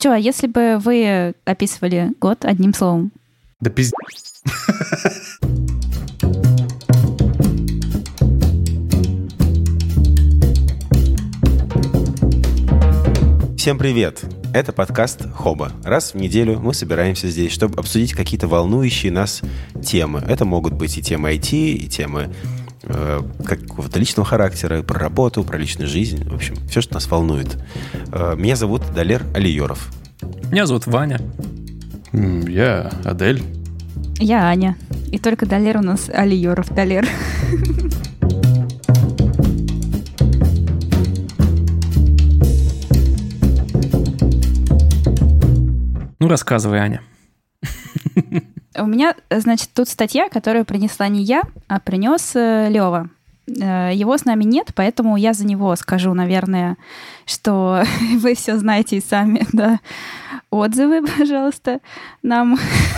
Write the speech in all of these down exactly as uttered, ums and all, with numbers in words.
Че, а если бы вы описывали год одним словом? Да пиздец. Всем привет! Это подкаст «Хоба». Раз в неделю мы собираемся здесь, чтобы обсудить какие-то волнующие нас темы. Это могут быть и темы ай ти, и темы э, какого-то личного характера, про работу, про личную жизнь. В общем, все, что нас волнует. Э, меня зовут Далер Алиеров. Меня зовут Ваня. Я Адель. Я Аня. И только Далер у нас Алиеров. Далер. Ну, рассказывай, Аня. У меня, значит, тут статья, которую принесла не я, а принес Лева. Его с нами нет, поэтому я за него скажу, наверное, что вы все знаете и сами, да. Отзывы, пожалуйста, нам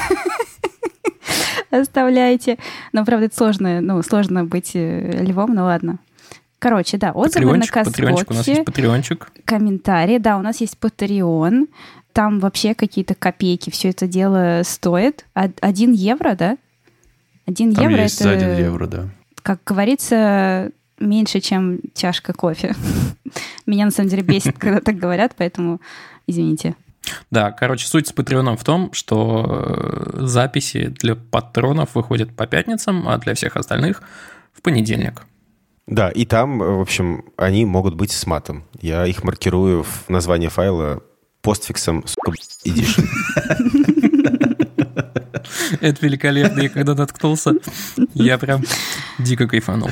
оставляйте. Но, правда, это сложно, ну, сложно быть львом, ну ладно. Короче, да, отзывы на Казбоке. Патреончик, у нас есть патреончик. Комментарии, да, у нас есть Patreon. Там вообще какие-то копейки все это дело стоит. Один евро, да? Один Там евро есть это, за один евро, да. Как говорится, меньше, чем чашка кофе. Меня на самом деле бесит, когда так говорят, поэтому извините. Да, короче, суть с Патреоном в том, что записи для патронов выходят по пятницам, а для всех остальных в понедельник. Да, и там, в общем, они могут быть с матом. Я их маркирую в название файла постфиксом, сука, edition. Это великолепно. Я когда наткнулся, я прям дико кайфанул.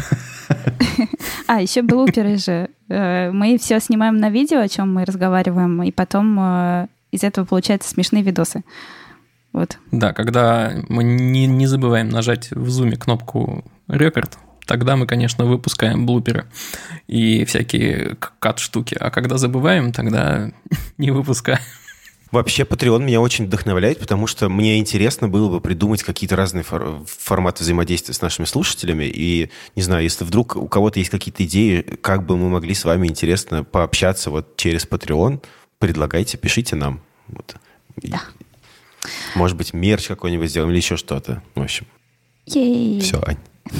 А, еще блуперы же. Мы все снимаем на видео, о чем мы разговариваем, и потом из этого получаются смешные видосы. Вот. Да, когда мы не, не забываем нажать в зуме кнопку «Рекорд», тогда мы, конечно, выпускаем блуперы и всякие кат-штуки. А когда забываем, тогда не выпускаем. Вообще, Patreon меня очень вдохновляет, потому что мне интересно было бы придумать какие-то разные фор- форматы взаимодействия с нашими слушателями. И, не знаю, если вдруг у кого-то есть какие-то идеи, как бы мы могли с вами интересно пообщаться вот через Patreon, предлагайте, пишите нам. Вот. Да. Может быть, мерч какой-нибудь сделаем или еще что-то. В общем, Ей. все, Ань.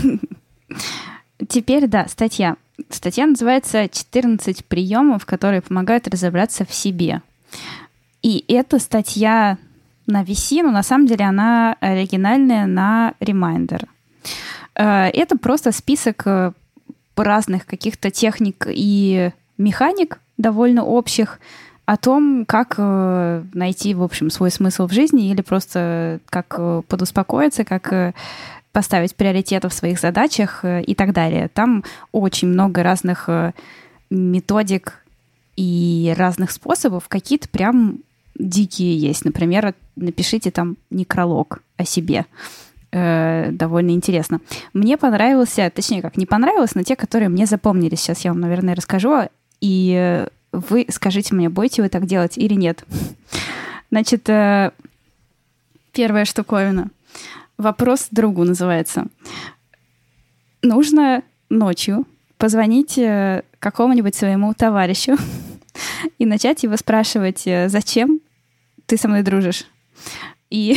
Теперь, да, статья. Статья называется «четырнадцать приемов, которые помогают разобраться в себе». И эта статья на ви си, но на самом деле она оригинальная на Reminder. Это просто список разных каких-то техник и механик, довольно общих, о том, как найти, в общем, свой смысл в жизни или просто как подуспокоиться, как поставить приоритеты в своих задачах и так далее. Там очень много разных методик и разных способов. Какие-то прям дикие есть. Например, напишите там некролог о себе. Э, довольно интересно. Мне понравился, точнее, как не понравилось, но те, которые мне запомнились. Сейчас я вам, наверное, расскажу. И вы скажите мне, будете вы так делать или нет. Значит, э, первая штуковина. Вопрос другу называется. Нужно ночью позвонить какому-нибудь своему товарищу и начать его спрашивать, зачем ты со мной дружишь? И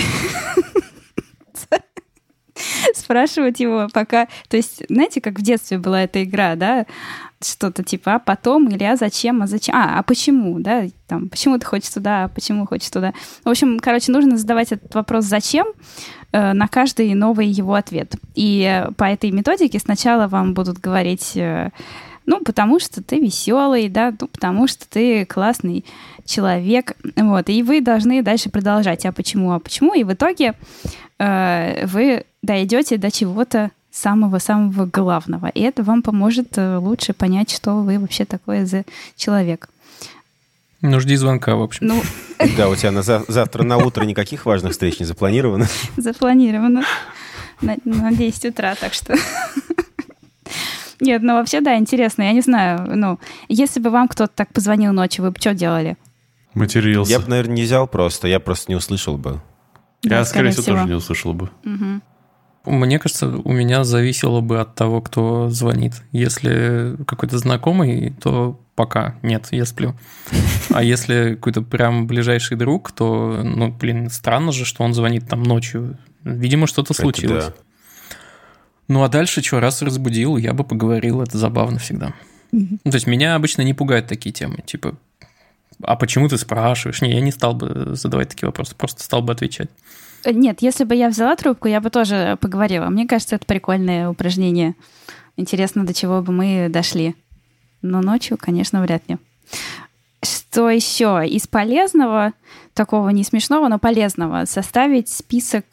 спрашивать его пока... То есть, знаете, как в детстве была эта игра, да? Что-то типа, а потом, или а зачем, а зачем? А, а почему, да? Там, почему ты хочешь туда, а почему хочешь туда? В общем, короче, нужно задавать этот вопрос «зачем?» э, на каждый новый его ответ. И по этой методике сначала вам будут говорить... Э, ну, потому что ты веселый, да, ну, потому что ты классный человек, вот, и вы должны дальше продолжать, а почему, а почему, и в итоге э, вы дойдете до чего-то самого-самого главного, и это вам поможет лучше понять, что вы вообще такое за человек. Ну, жди звонка, в общем. Ну, Да, у тебя на зав- завтра на утро никаких важных встреч не запланировано. запланировано на, на десять утра, так что... Нет, ну вообще, да, интересно. Я не знаю, ну, если бы вам кто-то так позвонил ночью, вы бы что делали? Матерился. Я бы, наверное, не взял просто, я просто не услышал бы. Я, Да, скорее, скорее всего, всего. тоже не услышал бы. Угу. Мне кажется, у меня зависело бы от того, кто звонит. Если какой-то знакомый, то Пока нет, я сплю. А если какой-то прям ближайший друг, то, ну, блин, странно же, что он звонит там ночью. Видимо, что-то случилось. Это да. Ну, а дальше что, раз разбудил, я бы поговорил, это забавно всегда. Mm-hmm. Ну, то есть меня обычно не пугают такие темы, типа, а почему ты спрашиваешь? Не, я не стал бы задавать такие вопросы, просто стал бы отвечать. Нет, если бы я взяла трубку, я бы тоже поговорила. Мне кажется, это прикольное упражнение. Интересно, до чего бы мы дошли. Но ночью, конечно, вряд ли. Что еще? Из полезного, такого не смешного, но полезного, составить список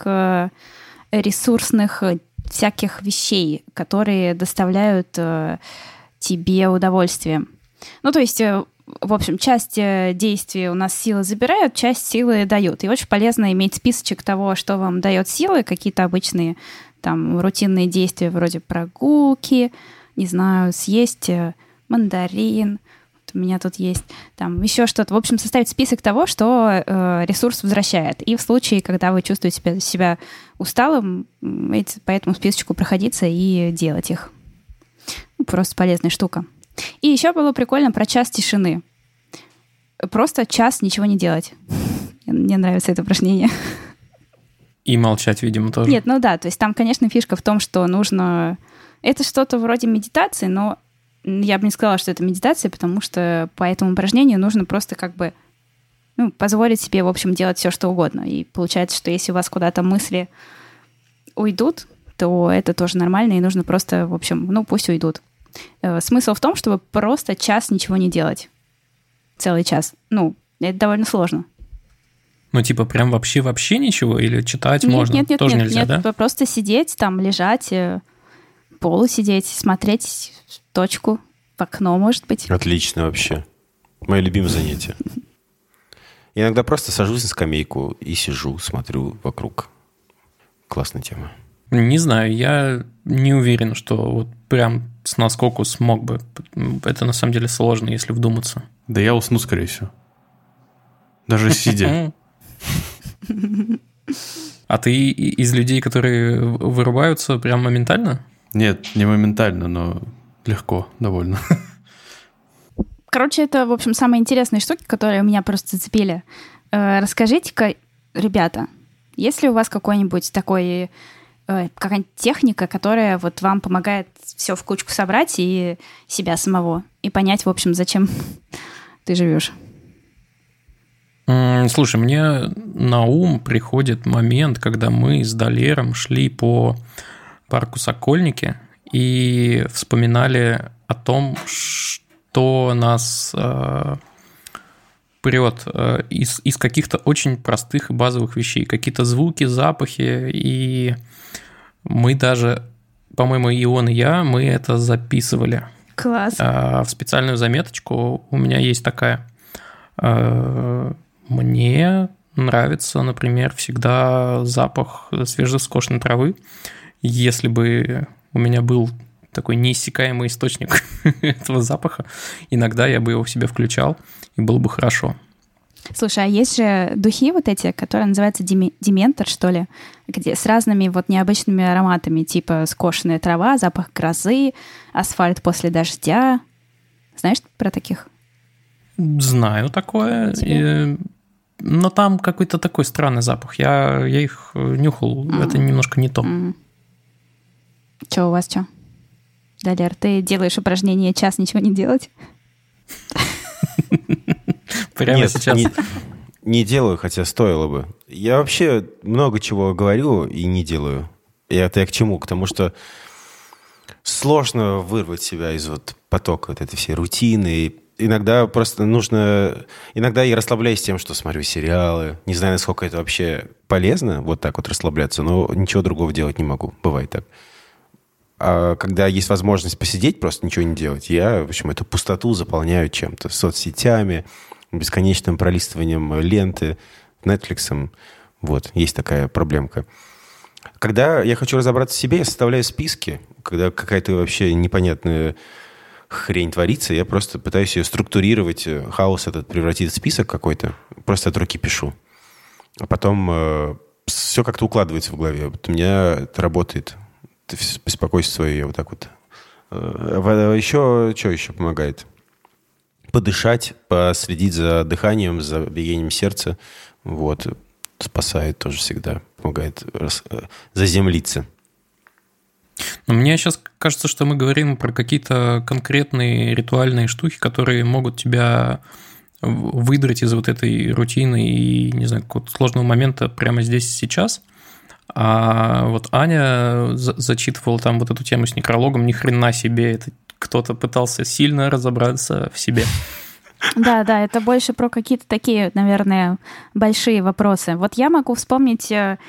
ресурсных всяких вещей, которые доставляют тебе удовольствие. Ну, то есть, в общем, часть действий у нас силы забирают, часть силы дают. И очень полезно иметь списочек того, что вам дает силы, какие-то обычные там рутинные действия вроде прогулки, не знаю, съесть мандарин, вот у меня тут есть там еще что-то. В общем, составить список того, что э, ресурс возвращает. И в случае, когда вы чувствуете себя, себя усталым, эти, по этому списочку проходиться и делать их. Ну, просто полезная штука. И еще было прикольно про час тишины. Просто час ничего не делать. Мне нравится это упражнение. И молчать, видимо, тоже. Нет, ну да, то есть там, конечно, фишка в том, что нужно... Это что-то вроде медитации, но я бы не сказала, что это медитация, потому что по этому упражнению нужно просто как бы ну, позволить себе, в общем, делать все, что угодно. И получается, что если у вас куда-то мысли уйдут, то это тоже нормально, и нужно просто, в общем, ну, пусть уйдут. Смысл в том, чтобы просто час ничего не делать. Целый час. Ну, это довольно сложно. Ну, типа, прям вообще-вообще ничего? Или читать нет, можно? Нет, нет, тоже нет, нельзя, нет, да? Просто сидеть, там, лежать, полусидеть, смотреть в точку, в окно, может быть. Отлично вообще. Мое любимое занятие. Я иногда просто сажусь на скамейку и сижу, смотрю вокруг. Классная тема. Не знаю, я не уверен, что вот прям с наскоку смог бы. Это на самом деле сложно, если вдуматься. Да я усну, скорее всего. Даже сидя. А ты из людей, которые вырубаются прям моментально? Нет, не моментально, но легко довольно. Короче, это, в общем, самые интересные штуки, которые меня просто зацепили. Расскажите-ка, ребята, есть ли у вас какой-нибудь такой... какая-нибудь техника, которая вот вам помогает все в кучку собрать и себя самого, и понять, в общем, зачем ты живешь? Слушай, мне на ум приходит момент, когда мы с Далером шли по парку Сокольники и вспоминали о том, что нас э, прет э, из, из каких-то очень простых и базовых вещей. Какие-то звуки, запахи, и мы даже, по-моему, и он, и я, мы это записывали. Класс. Э, в специальную заметочку у меня есть такая. Э, мне нравится, например, всегда запах свежескошенной травы. Если бы у меня был такой неиссякаемый источник этого запаха, иногда я бы его в себя включал, и было бы хорошо. Слушай, а есть же духи вот эти, которые называются дементор, что ли, где с разными вот необычными ароматами, типа скошенная трава, запах грозы, асфальт после дождя. Знаешь про таких? Знаю такое. И... Но там какой-то такой странный запах. Я, я их нюхал. Mm. Это немножко не то. Mm. Че у вас, что? Далер, ты делаешь упражнение час ничего не делать? Прямо Нет, сейчас? Не, не делаю, хотя стоило бы. Я вообще много чего говорю и не делаю. И это я к чему? К тому, что сложно вырвать себя из вот потока вот этой всей рутины. Иногда просто нужно... Иногда я расслабляюсь тем, что смотрю сериалы. Не знаю, насколько это вообще полезно, вот так вот расслабляться, но ничего другого делать не могу. Бывает так. А когда есть возможность посидеть, просто ничего не делать, я, в общем, эту пустоту заполняю чем-то. Соцсетями, бесконечным пролистыванием ленты, Netflix. Вот, есть такая проблемка. Когда я хочу разобраться в себе, я составляю списки. Когда какая-то вообще непонятная хрень творится, я просто пытаюсь ее структурировать, хаос этот превратить в список какой-то. Просто от руки пишу. А потом э, все как-то укладывается в голове. Вот у меня это работает. Беспокойство свое вот так вот. Еще, что еще помогает? подышать, последить за дыханием, за биением сердца. Вот. Спасает тоже всегда, помогает заземлиться. Но мне сейчас кажется, что мы говорим про какие-то конкретные ритуальные штуки, которые могут тебя выдрать из вот этой рутины и, не знаю, какого-то сложного момента прямо здесь и сейчас. А вот Аня зачитывала там вот эту тему с некрологом, ни хрена себе, это кто-то пытался сильно разобраться в себе. Да, да, это больше про какие-то такие, наверное, большие вопросы. Вот я могу вспомнить,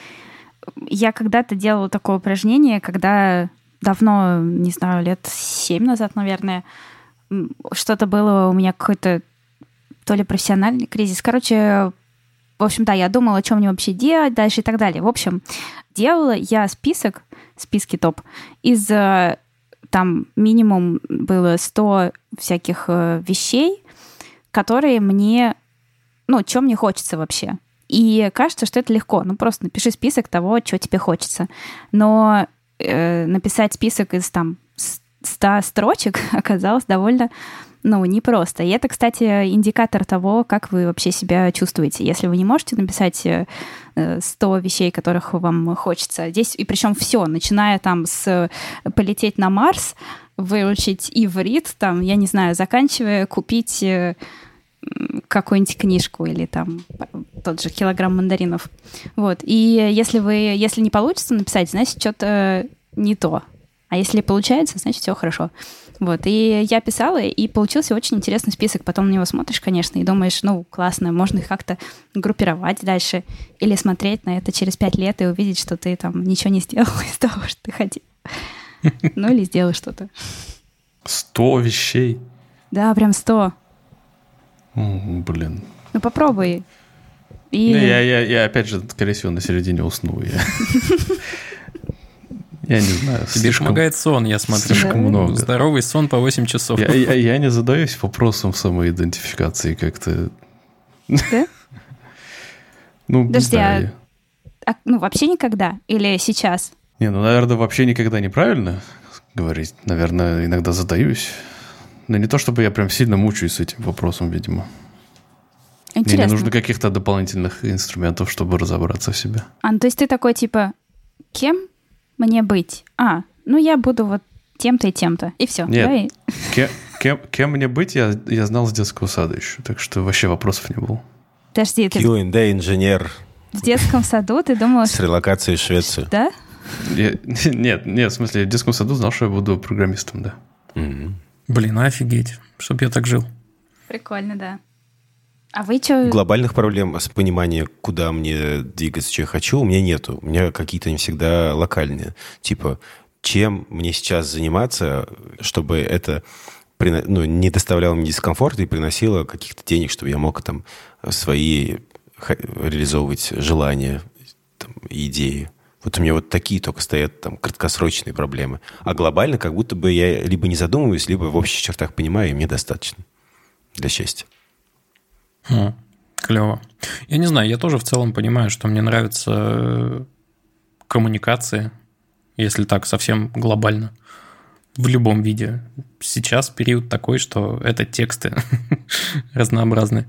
я когда-то делала такое упражнение, когда давно, не знаю, лет семь назад, наверное, что-то было у меня какой-то то ли профессиональный кризис. Короче, в общем, да, я думала, что мне вообще делать дальше и так далее. В общем, делала я список, списки топ, из там минимум было сто всяких вещей, которые мне, ну, что мне хочется вообще. И кажется, что это легко. Ну, просто напиши список того, что тебе хочется. Но э, написать список из там ста строчек оказалось довольно, ну, непросто. И это, кстати, индикатор того, как вы вообще себя чувствуете. Если вы не можете написать сто вещей, которых вам хочется, здесь, и причем все, начиная там с полететь на Марс, выучить иврит, там, я не знаю, заканчивая купить какую-нибудь книжку или там тот же килограмм мандаринов. Вот. И если вы, если не получится написать, значит, что-то не то. А если получается, значит, все хорошо. Вот. И я писала, и получился очень интересный список. Потом на него смотришь, конечно, и думаешь, ну, классно, можно их как-то группировать дальше. Или смотреть на это через пять лет и увидеть, что ты там ничего не сделал из того, что ты хотел. Ну, или сделал что-то. Сто вещей? Да, прям сто. Блин. Ну, попробуй. И... Я, я, я, опять же, скорее всего, на середине усну. Я, я не знаю. Тебе помогает сон, я смотрю. Слишком много. Здоровый сон по восемь часов. Я, я, я не задаюсь вопросом самоидентификации как-то. Да? Ну, Подожди, а... а... Ну, вообще никогда? Или сейчас? Не, ну, наверное, вообще никогда неправильно говорить. Наверное, иногда задаюсь. Но не то, чтобы я прям сильно мучаюсь с этим вопросом, видимо. Интересно. Мне не нужно каких-то дополнительных инструментов, чтобы разобраться в себе. А, ну, то есть ты такой, типа, кем мне быть? А, ну, я буду вот тем-то и тем-то. И все. Нет, да? и... кем, кем, кем мне быть, я, я знал с детского сада еще. Так что вообще вопросов не было. Подожди, ты... кью энд эй-инженер. В детском саду ты думала... С релокацией в Швецию. Да? Я, нет, нет, в смысле, в детском саду знал, что я буду программистом, да. Mm-hmm. Блин, офигеть, чтоб я так жил. Прикольно, да. А вы что... Глобальных проблем с пониманием, куда мне двигаться, что я хочу, у меня нету. У меня какие-то не всегда локальные. Типа, чем мне сейчас заниматься, чтобы это ну, не доставляло мне дискомфорта и приносило каких-то денег, чтобы я мог там свои реализовывать желания, там, идеи. Вот у меня вот такие только стоят там краткосрочные проблемы. А глобально как будто бы я либо не задумываюсь, либо в общих чертах понимаю, и мне достаточно для счастья. Хм, клево. Я не знаю, я тоже в целом понимаю, что мне нравятся коммуникации, если так совсем глобально, в любом виде. Сейчас период такой, что это тексты разнообразные.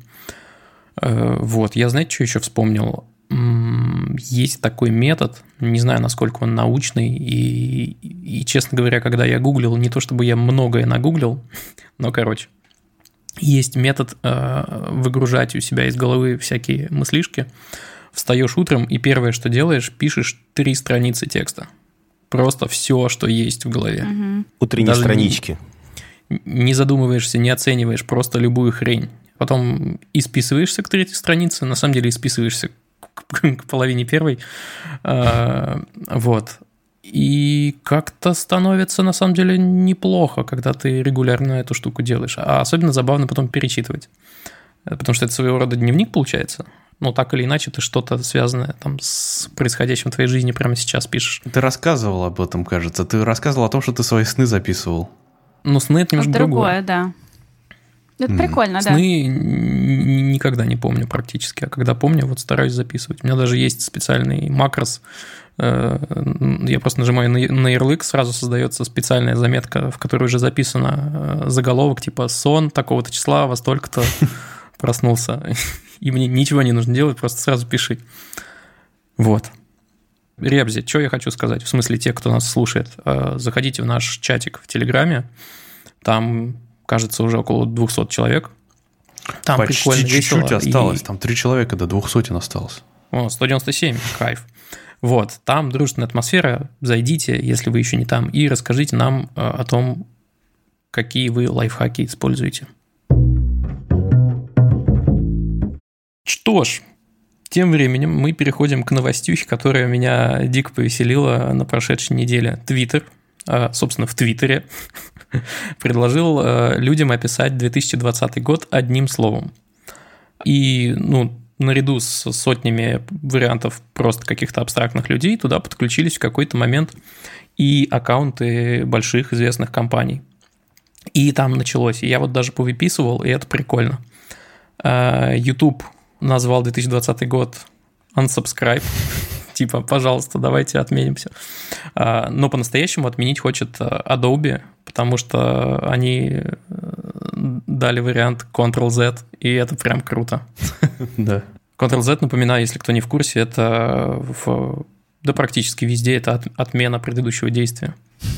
Вот, я, знаете, что еще вспомнил? Есть такой метод, не знаю, насколько он научный, и, и, честно говоря, когда я гуглил, не то чтобы я многое нагуглил, но, короче, есть метод э, выгружать у себя из головы всякие мыслишки. Встаешь утром, и первое, что делаешь, пишешь три страницы текста. Просто все, что есть в голове. Угу. Утренние Даже странички. Не, не задумываешься, не оцениваешь, просто любую хрень. Потом исписываешься к третьей странице, на самом деле исписываешься к половине первой. Вот. И как-то становится, на самом деле, неплохо, когда ты регулярно эту штуку делаешь. А особенно забавно потом перечитывать. Потому что это своего рода дневник получается. Ну, так или иначе, ты что-то связанное там с происходящим в твоей жизни прямо сейчас пишешь. Ты рассказывал об этом, кажется. Ты рассказывал о том, что ты свои сны записывал. Ну, сны – это немножко другое. Другое, да. Это mm. прикольно, Сны да. Сны никогда не помню практически, а когда помню, вот стараюсь записывать. У меня даже есть специальный макрос Я просто нажимаю на ярлык, сразу создается специальная заметка, в которой уже записано заголовок типа «Сон такого-то числа во столько-то проснулся». И мне ничего не нужно делать, просто сразу пиши. Вот. Ребзи, что я хочу сказать? В смысле, те, кто нас слушает, заходите в наш чатик в Телеграме. Там, кажется, уже около двухсот человек. Там почти прикольно, чуть-чуть весело. осталось. И... Там три человека до двух сотен осталось. О, сто девяносто семь, кайф. Вот, там дружественная атмосфера. Зайдите, если вы еще не там, и расскажите нам о том, какие вы лайфхаки используете. Что ж, тем временем мы переходим к новостюхе, которая меня дико повеселила на прошедшей неделе. Твиттер, собственно, в Твиттере предложил людям описать две тысячи двадцатый год одним словом. И, ну, наряду с сотнями вариантов просто каких-то абстрактных людей туда подключились в какой-то момент и аккаунты больших известных компаний. И там началось. И я вот даже повыписывал, и это прикольно. YouTube назвал две тысячи двадцатый год unsubscribe. Типа, пожалуйста, давайте отменимся. Но по-настоящему отменить хочет Adobe, потому что они дали вариант контрол зет, и это прям круто. Да. контрол зет, напоминаю, если кто не в курсе, это в, да практически везде это от, отмена предыдущего действия.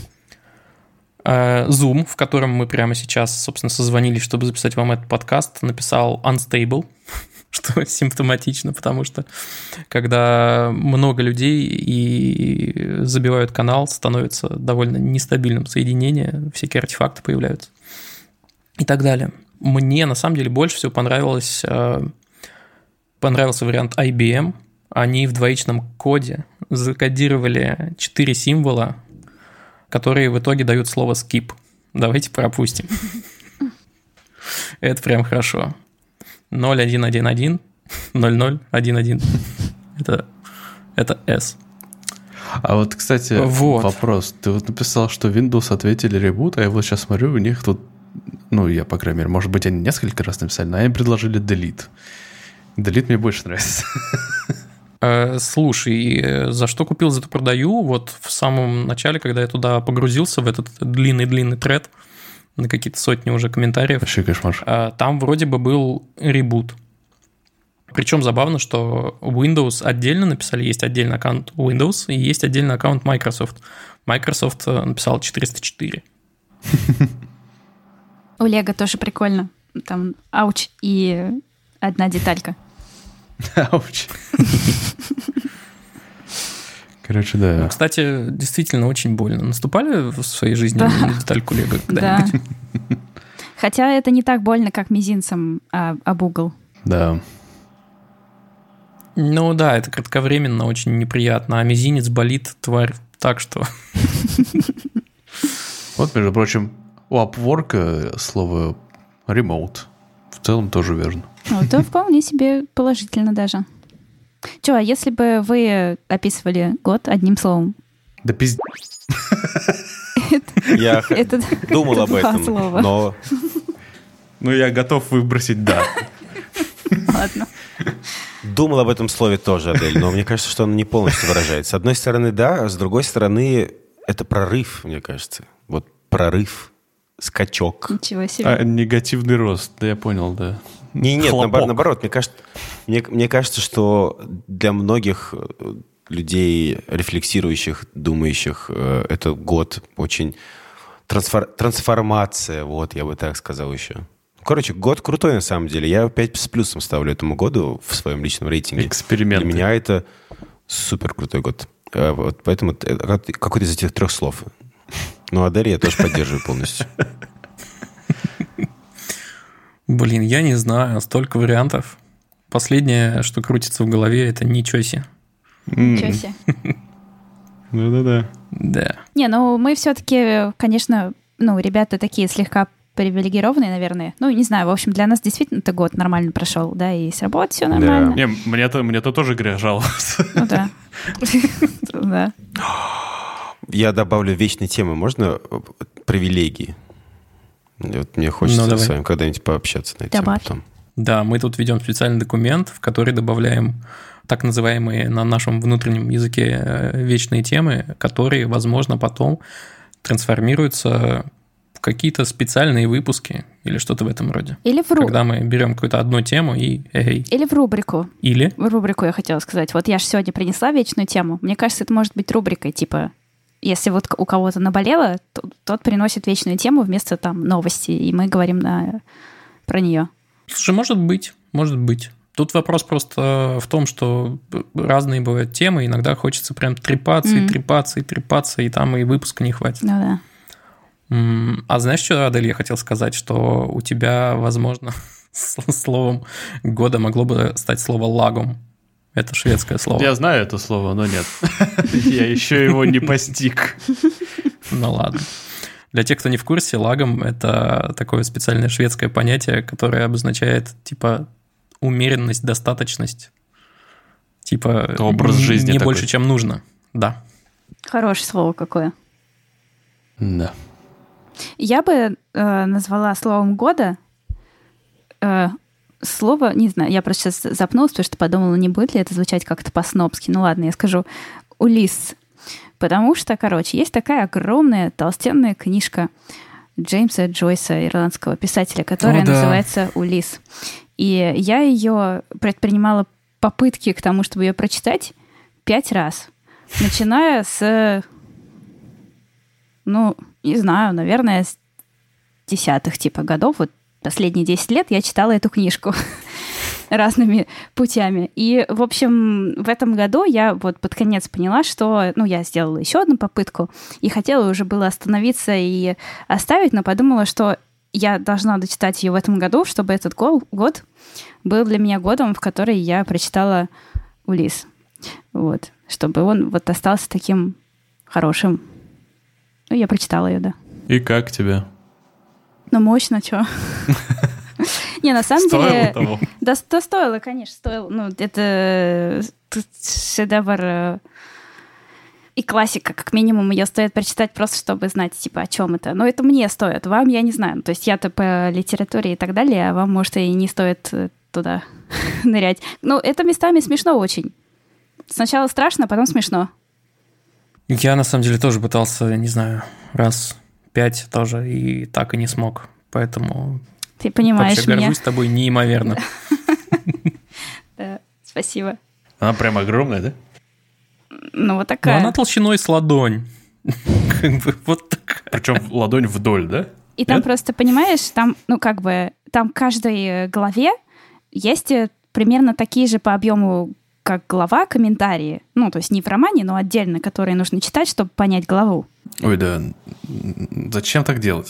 Zoom, в котором мы прямо сейчас, собственно, созвонились, чтобы записать вам этот подкаст, написал unstable, что симптоматично, потому что когда много людей и забивают канал, становится довольно нестабильным соединение, всякие артефакты появляются и так далее. Мне, на самом деле, больше всего понравилось, понравился вариант ай би эм. Они в двоичном коде закодировали четыре символа, которые в итоге дают слово skip. Давайте пропустим. Это прям хорошо. ноль один один один, ноль ноль один один. Это, это S. А вот, кстати, вот. Вопрос. Ты вот написал, что Windows ответили ребут, а я вот сейчас смотрю, у них тут, ну, я, по крайней мере, может быть, они несколько раз написали, но они предложили delete. Delete мне больше нравится. Слушай, за что купил, зато продаю. Вот в самом начале, когда я туда погрузился, в этот длинный-длинный тред, на какие-то сотни уже комментариев. Вообще кошмар. Там вроде бы был ребут. Причем забавно, что Windows отдельно написали, есть отдельный аккаунт Windows и есть отдельный аккаунт Microsoft. Microsoft написал четыреста четыре. У Лего тоже прикольно. Там ауч и одна деталька. Ауч. Короче, да. Ну, кстати, действительно очень больно. Наступали в своей жизни да. на детальку Лего когда-нибудь? Да. Хотя это не так больно, как мизинцем а, об угол. Да. Ну да, это кратковременно очень неприятно, а мизинец болит, тварь, так что... Вот, между прочим, у Upwork слово remote в целом тоже верно. Ну, это вполне себе положительно даже. Че, а если бы вы описывали год одним словом? Да пиздец. Я думал об этом, но... Ну, я готов выбросить «да». Ладно. Думал об этом слове тоже, Адель, но мне кажется, что оно не полностью выражает. С одной стороны, да, а с другой стороны, это прорыв, мне кажется. Вот прорыв, скачок. Ничего себе. А, негативный рост, да, я понял, да. Не, нет, наоборот, наоборот, мне кажется, мне, мне кажется, что для многих людей, рефлексирующих, думающих, это год очень трансфор, трансформация, вот, я бы так сказал еще. Короче, год крутой на самом деле. Я пять с плюсом ставлю этому году в своем личном рейтинге. Эксперименты. Для меня это супер крутой год. Вот, поэтому какой-то из этих трех слов. Ну, Адель я тоже поддерживаю полностью. Блин, я не знаю, столько вариантов. Последнее, что крутится в голове, это ничего себе. Ничего себе. Да-да-да. Да. Не, ну мы все-таки, конечно, ну, ребята такие слегка привилегированные, наверное. Ну, не знаю, в общем, для нас действительно это год нормально прошел, да, и с работы все нормально. Не, мне-то, мне-то тоже грех жаловаться. Ну да. Да. Я добавлю вечные темы. Можно привилегии? Вот мне хочется ну, с вами когда-нибудь пообщаться на эту тему потом. Да, мы тут ведем специальный документ, в который добавляем так называемые на нашем внутреннем языке вечные темы, которые, возможно, потом трансформируются в какие-то специальные выпуски или что-то в этом роде. Или в ру... Когда мы берем какую-то одну тему и... Эй. Или в рубрику. Или? В рубрику я хотела сказать. Вот я же сегодня принесла вечную тему. Мне кажется, это может быть рубрикой, типа, если вот у кого-то наболело, то, тот приносит вечную тему вместо там новости, и мы говорим на... про нее. Слушай, может быть, может быть. Тут вопрос просто в том, что разные бывают темы, иногда хочется прям трепаться mm-hmm. и трепаться и трепаться, и там и выпуска не хватит. Ну да. А знаешь, что, Адель, я хотел сказать, что у тебя, возможно, словом года могло бы стать слово «лагом». Это шведское слово. Я знаю это слово, но нет. Я еще его не постиг. Ну ладно. Для тех, кто не в курсе, лагом – это такое специальное шведское понятие, которое обозначает, типа, умеренность, достаточность. Типа, образ жизни не такой. больше, чем нужно. Да. Хорошее слово какое. Да. Я бы э, назвала словом года э, слово, не знаю, я просто сейчас запнулась, потому что подумала, не будет ли это звучать как-то по-снобски. Ну ладно, я скажу «Улисс». Потому что, короче, есть такая огромная толстенная книжка Джеймса Джойса, ирландского писателя, которая О, да. называется «Улисс». И я ее предпринимала попытки к тому, чтобы ее прочитать пять раз. Начиная с, ну, не знаю, наверное, с десятых типа годов. Вот последние десять лет я читала эту книжку разными путями. И, в общем, в этом году я вот под конец поняла, что, ну, я сделала еще одну попытку и хотела уже было остановиться и оставить, но подумала, что я должна дочитать ее в этом году, чтобы этот год был для меня годом, в который я прочитала «Улисс». Вот. Чтобы он вот остался таким хорошим. Ну, я прочитала ее, да. И как тебе? Ну, мощно, что? Не, на самом деле... Стоило того? Да, да, стоило, конечно, стоило. Ну, это шедевр и классика, как минимум, ее стоит прочитать просто, чтобы знать, типа, о чем это. Но это мне стоит, вам я не знаю. То есть я-то по литературе и так далее, а вам, может, и не стоит туда нырять. Ну, это местами смешно очень. Сначала страшно, а потом смешно. Я, на самом деле, тоже пытался, не знаю, раз пять тоже, и так и не смог. Поэтому... Ты понимаешь вообще меня. горжусь тобой неимоверно. Да, спасибо. Она прям огромная, да? Ну, вот Но такая. она толщиной с ладонь. Как бы вот такая. Причем ладонь вдоль, да? И там Нет? просто, понимаешь, там, ну, как бы, там в каждой главе есть примерно такие же по объему, как глава, комментарии. Ну, то есть не в романе, но отдельно, которые нужно читать, чтобы понять главу. Ой, да. Зачем так делать?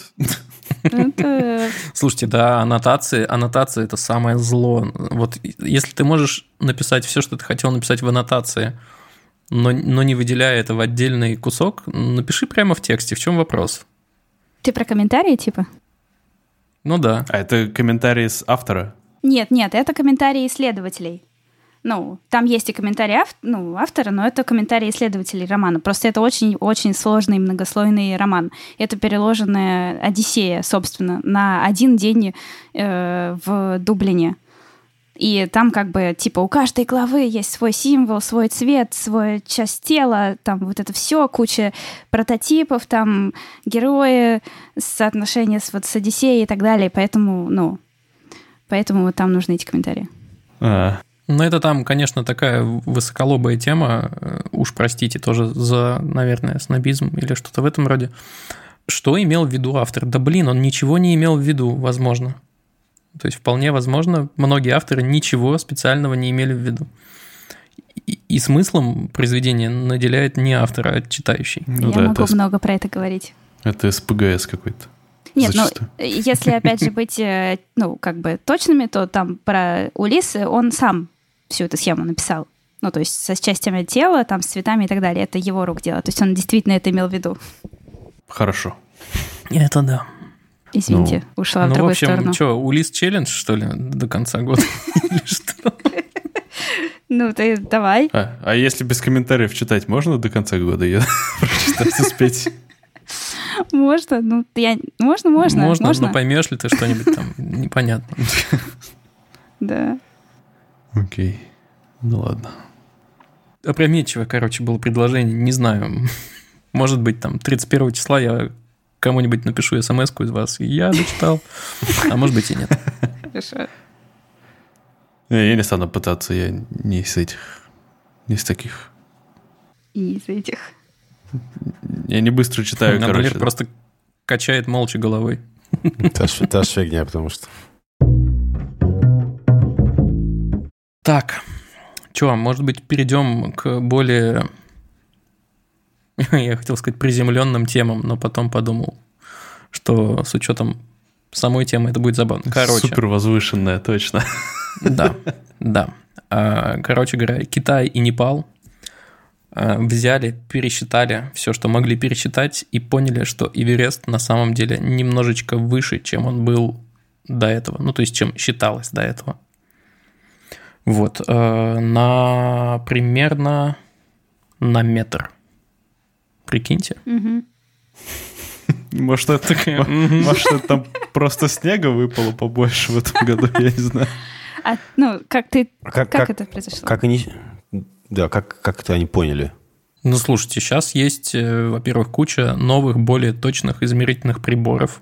Это... Слушайте, да, аннотации, аннотации – это самое зло. Вот если ты можешь написать все, что ты хотел написать в аннотации, но, но не выделяя это в отдельный кусок, напиши прямо в тексте. В чем вопрос? Ты про комментарии, типа? Ну да. А это комментарии с автора? Нет, нет, это комментарии исследователей. Ну, там есть и комментарии ав... ну, автора, но это комментарии исследователей романа. Просто это очень-очень сложный многослойный роман. Это переложенная «Одиссея», собственно, на один день э, в Дублине. И там как бы, типа, у каждой главы есть свой символ, свой цвет, свой часть тела, там вот это все, куча прототипов, там герои, соотношения с, вот, с Одиссеей и так далее. Поэтому, ну, поэтому там нужны эти комментарии. А. Ну, это там, конечно, такая высоколобая тема, уж простите, тоже за, наверное, снобизм или что-то в этом роде. Что имел в виду автор? Да блин, он ничего не имел в виду, возможно. То есть вполне возможно, многие авторы ничего специального не имели в виду. И, и смыслом произведения наделяет не автор, а читающий. Ну, Я да, могу это, много про это говорить. это СПГС какой-то. Нет, Зачастую. ну, если, опять же, быть, ну, как бы точными, то там про Улисса он сам всю эту схему написал. Ну, то есть со частями тела, там, с цветами и так далее. Это его рук дело. То есть он действительно это имел в виду. Хорошо. Это да. Извините, Ну, ушла в Ну, в другую общем, сторону. что, Улисс челлендж, что ли, до конца года? Или что? Ну, ты давай. А, а если без комментариев читать можно до конца года ее прочитать, успеть? Можно, ну, я... Можно, можно, Можно, можно. но поймешь ли ты что-нибудь там, непонятно. Да. Окей. Ну ладно. Опрометчивое, короче, было предложение. Не знаю. Может быть, там тридцать первого числа я кому-нибудь напишу смс-ку из вас, и я дочитал. А может быть и нет. Хорошо. Я не стану пытаться, я не из этих, не из таких. И из этих. Я не быстро читаю, А короче. Валер просто качает молча головой. Та ж та ж фигня, потому что... Так, что, может быть, перейдем к более, я хотел сказать, приземленным темам, но потом подумал, что с учетом самой темы это будет забавно. Короче. Супер возвышенная, точно. Да, да. Короче говоря, Китай и Непал взяли, пересчитали все, что могли пересчитать, и поняли, что Эверест на самом деле немножечко выше, чем он был до этого. Ну, то есть, чем считалось до этого. Вот. На примерно на метр. Прикиньте. Угу. Может, это, может, это там просто снега выпало побольше в этом году, я не знаю. А, ну, как ты... Как, Как, как- это произошло? Как они... Да, как, как это они поняли? Ну, слушайте, сейчас есть, э, во-первых, куча новых, более точных измерительных приборов.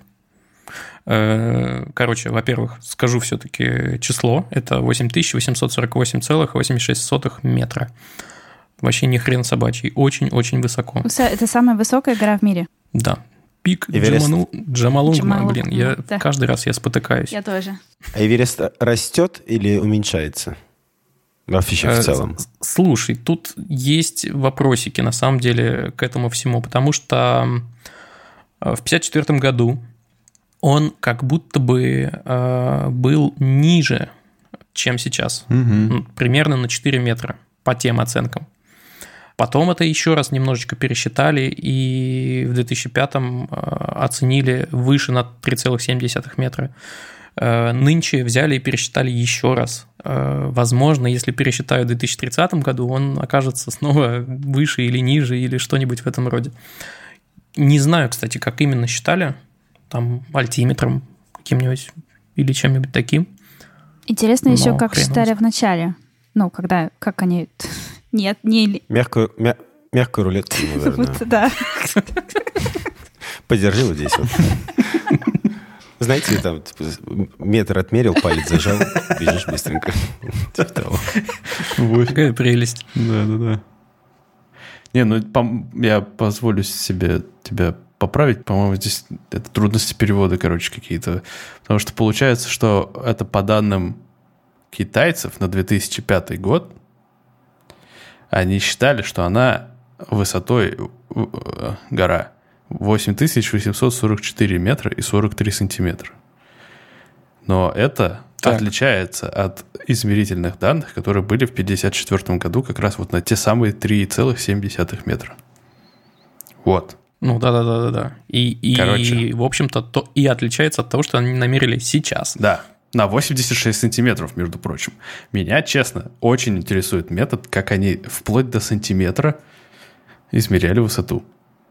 Э, Короче, во-первых, скажу все-таки число. Это восемь тысяч восемьсот сорок восемь целых восемьдесят шесть сотых метра. Вообще ни хрен собачий. Очень-очень высоко. Уса- Это самая высокая гора в мире. Да. Пик Эверест. Джаману- Джамалунгма. Джамалунгма, Блин, я да. каждый раз я спотыкаюсь. Я тоже. А Эверест растет или уменьшается? Вообще в Э, целом. с- Слушай, тут есть вопросики на самом деле к этому всему, потому что э, в пятьдесят четвёртом году он как будто бы э, был ниже, чем сейчас. Ну, примерно на четыре метра по тем оценкам. Потом это еще раз немножечко пересчитали, и в две тысячи пятом э, оценили выше на три целых семь десятых метра. Э, Нынче взяли и пересчитали еще раз. Э, Возможно, если пересчитают в две тысячи тридцатом году, он окажется снова выше или ниже, или что-нибудь в этом роде. Не знаю, кстати, как именно считали. Там альтиметром каким-нибудь или чем-нибудь таким. Интересно еще, Но как хрен считали его в начале. Ну, когда, как они... Нет, не... Мягкую, мя- мягкую рулетку, наверное. Вот, да. Подержи вот здесь вот. Знаете, там типа, метр отмерил, палец зажал, бежишь быстренько. Типа того. Какая прелесть. Да, да, да. Не, ну пом- я позволю себе тебя поправить. По-моему, здесь это трудности перевода, короче, какие-то. Потому что получается, что это по данным китайцев на две тысячи пятый год они считали, что она высотой э, гора восемь тысяч восемьсот сорок четыре метра и сорок три сантиметра. Но это Так. отличается от измерительных данных, которые были в пятьдесят четвёртом году как раз вот на те самые три целых семь десятых метра. Вот. Ну да-да-да-да. И, и Короче. в общем-то, то и отличается от того, что они намерили сейчас. Да, на восемьдесят шесть сантиметров, между прочим. Меня, честно, очень интересует метод, как они вплоть до сантиметра измеряли высоту.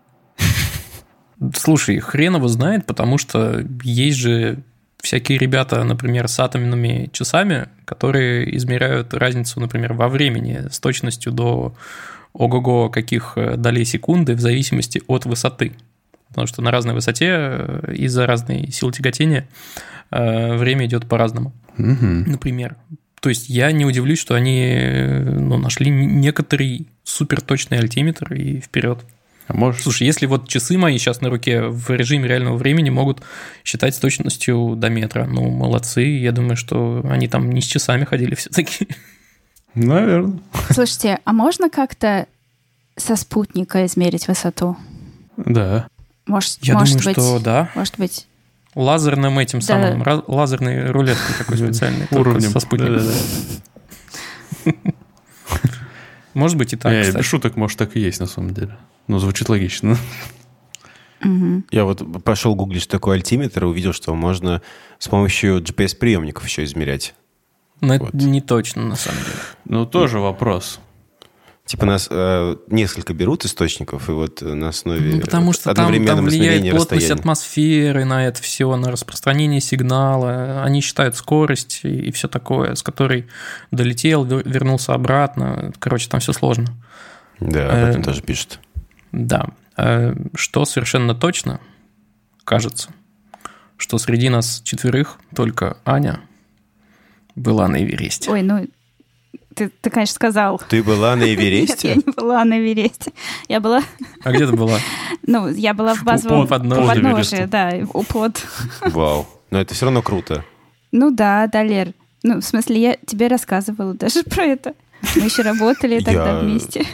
Слушай, хрен его знает, потому что есть же всякие ребята, например, с атомными часами, которые измеряют разницу, например, во времени с точностью до ого-го каких долей секунды в зависимости от высоты. Потому что на разной высоте из-за разной силы тяготения э, время идет по-разному. Мгм. Например. То есть я не удивлюсь, что они ну, нашли некоторый суперточный альтиметр и вперед. А можешь... Слушай, если вот часы мои сейчас на руке в режиме реального времени могут считать с точностью до метра, ну, молодцы. Я думаю, что они там не с часами ходили все-таки. Наверное. Слушайте, а можно как-то со спутника измерить высоту? Да. Может, Я может думаю, быть, что да. Может быть, Лазерным этим Да. самым, ра- лазерной рулеткой такой специальный, только Уровнем. со спутником. Да-да-да. Может быть и так, Не, кстати. без шуток, может, так и есть на самом деле. Ну, звучит логично. мгм. Я вот пошел гуглить, что такое альтиметр, и увидел, что можно с помощью джи пи эс-приемников еще измерять. Но это Вот. не точно, на самом деле. Ну, тоже вопрос. Типа нас э, несколько берут источников, и вот на основе ну, потому что одновременного там, там влияет плотность расстояния. атмосферы на это все, на распространение сигнала. Они считают скорость и, и все такое, с которой долетел, вернулся обратно. Короче, там все сложно. Да, об этом э, тоже пишут. Да. Э, что совершенно точно, кажется, что среди нас четверых только Аня была на Эвересте. Ой, ну... Ты, ты, конечно, сказал. Ты была на Эвересте? Нет, я не была на Эвересте. Я была... А где ты была? Ну, я была в базовом... У подножия, да, у под. Вау. Но это все равно круто. Ну да, да, Лер. Ну, в смысле, я тебе рассказывала даже про это. Мы еще работали тогда вместе.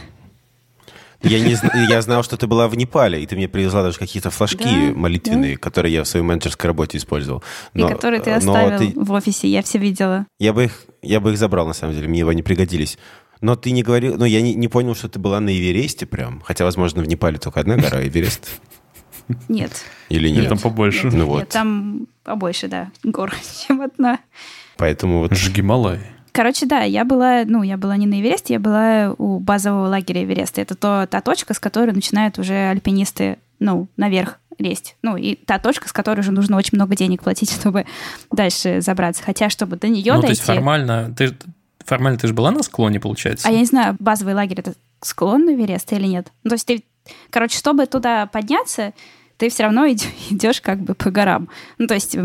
Я, не, я знал, что ты была в Непале, и ты мне привезла даже какие-то флажки да, молитвенные, да. которые я в своей менеджерской работе использовал. Но, и которые ты оставил ты... в офисе, я все видела. Я бы, их, я бы их забрал, на самом деле, мне его не пригодились. Но ты не говорил... Ну, я не, не понял, что ты была на Эвересте прям. Хотя, возможно, в Непале только одна гора, Эверест. Нет. Или нет? Там побольше. Нет, ну, вот. Нет, там побольше, да, гор, чем одна. Поэтому вот... Это же Гималай. Короче, да, я была, ну, я была не на Эвересте, я была у базового лагеря Эвереста. Это то, та точка, с которой начинают уже альпинисты, ну, наверх лезть. Ну, и та точка, с которой уже нужно очень много денег платить, чтобы дальше забраться. Хотя, чтобы до нее ну, дойти... Ну, то есть формально ты, формально ты же была на склоне, получается? А я не знаю, базовый лагерь — это склон Эвереста или нет? Ну, то есть ты... Короче, чтобы туда подняться, ты все равно идешь как бы по горам. Ну, то есть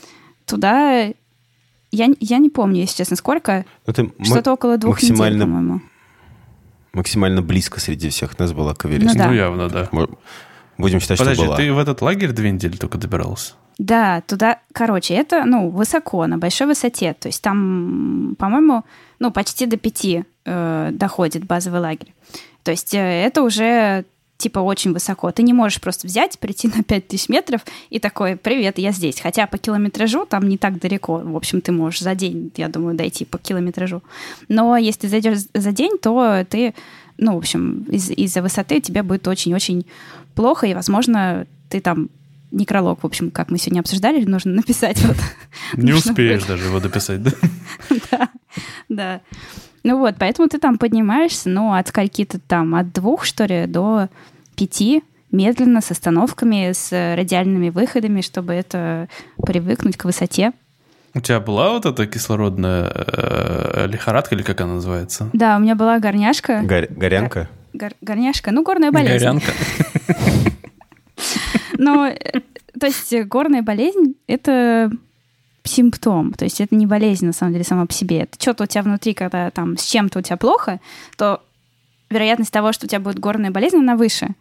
туда... Я, я не помню, если честно, сколько. Что-то около двух недель, по-моему. Максимально близко среди всех нас была к Эвересту. Ну, да. ну явно, да. Будем считать, Подожди, что была. ты в этот лагерь две недели только добирался? Да, туда, короче, это, ну, высоко, на большой высоте. То есть там, по-моему, ну, почти до пяти э, доходит базовый лагерь. То есть э, это уже... типа очень высоко. Ты не можешь просто взять, прийти на пять тысяч метров и такой: привет, я здесь. Хотя по километражу там не так далеко. В общем, ты можешь за день, я думаю, дойти по километражу. Но если ты зайдешь за день, то ты, ну, в общем, из- из-за высоты тебе будет очень-очень плохо, и, возможно, ты там некролог, в общем, как мы сегодня обсуждали, нужно написать. Вот. Не успеешь даже его дописать, да? Да, да. Ну вот, поэтому ты там поднимаешься, ну, от скольки-то там, от двух, что ли, до пяти, медленно, с остановками, с радиальными выходами, чтобы это привыкнуть к высоте. У тебя была вот эта кислородная э, лихорадка, или как она называется? Да, у меня была горняшка. Гор- горянка? Гор- горняшка, ну, горная болезнь. Горянка. Ну, то есть горная болезнь — это... симптом, то есть это не болезнь, на самом деле, сама по себе. Это что-то у тебя внутри, когда там с чем-то у тебя плохо, то вероятность того, что у тебя будет горная болезнь, она выше.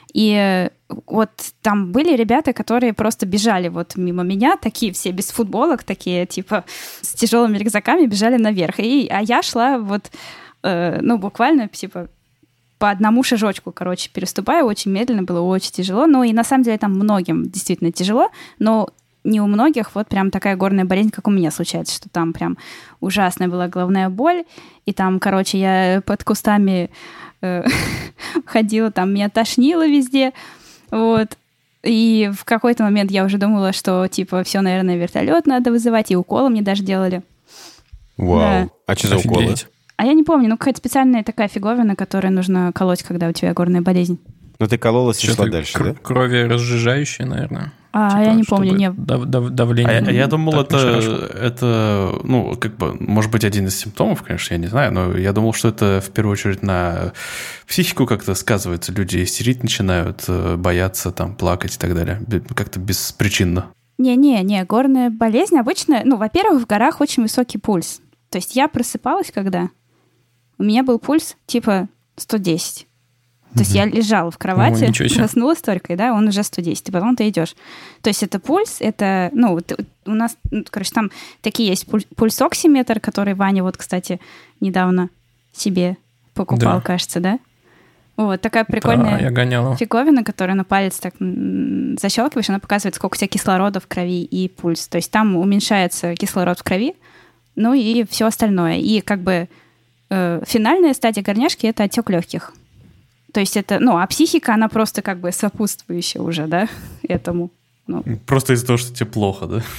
И вот там были ребята, которые просто бежали вот мимо меня, такие все без футболок, такие типа с тяжелыми рюкзаками бежали наверх. И, а я шла вот, э, ну, буквально типа по одному шажочку, короче, переступая очень медленно, было очень тяжело. Ну и на самом деле там многим действительно тяжело, но не у многих вот прям такая горная болезнь, как у меня случается, что там прям ужасная была головная боль, и там, короче, я под кустами э, ходила, там меня тошнило везде, вот. И в какой-то момент я уже думала, что, типа, все, наверное, вертолет надо вызывать, и уколы мне даже делали. Вау. Да. А что за уколы? А я не помню, ну какая-то специальная такая фиговина, которую нужно колоть, когда у тебя горная болезнь. Ну ты кололась и шла дальше, кр- да? Крови разжижающие, наверное. А, типа, я не помню, нет. Дав- дав- давление. А я, я думал, это, это, ну, как бы, может быть, один из симптомов, конечно, я не знаю, но я думал, что это в первую очередь на психику как-то сказывается. Люди истерить начинают, бояться, там, плакать и так далее. Как-то беспричинно. Не-не-не, горная болезнь обычно... Ну, во-первых, в горах очень высокий пульс. То есть я просыпалась, когда у меня был пульс типа сто десять. То есть я лежала в кровати, О, проснулась только, и да, он уже сто десять, и потом ты идешь. То есть это пульс, это, ну, у нас, ну, короче, там такие есть пульсоксиметр, который Ваня вот, кстати, недавно себе покупал, да. кажется, да? Вот, такая прикольная да, я гоняла. фиговина, которую на палец так защелкиваешь, она показывает, сколько у тебя кислорода в крови и пульс. То есть там уменьшается кислород в крови, ну и все остальное. И как бы э, финальная стадия горняшки — это отек легких. То есть это, ну, а психика, она просто как бы сопутствующая уже, да, этому. Ну. Просто из-за того, что тебе плохо, да?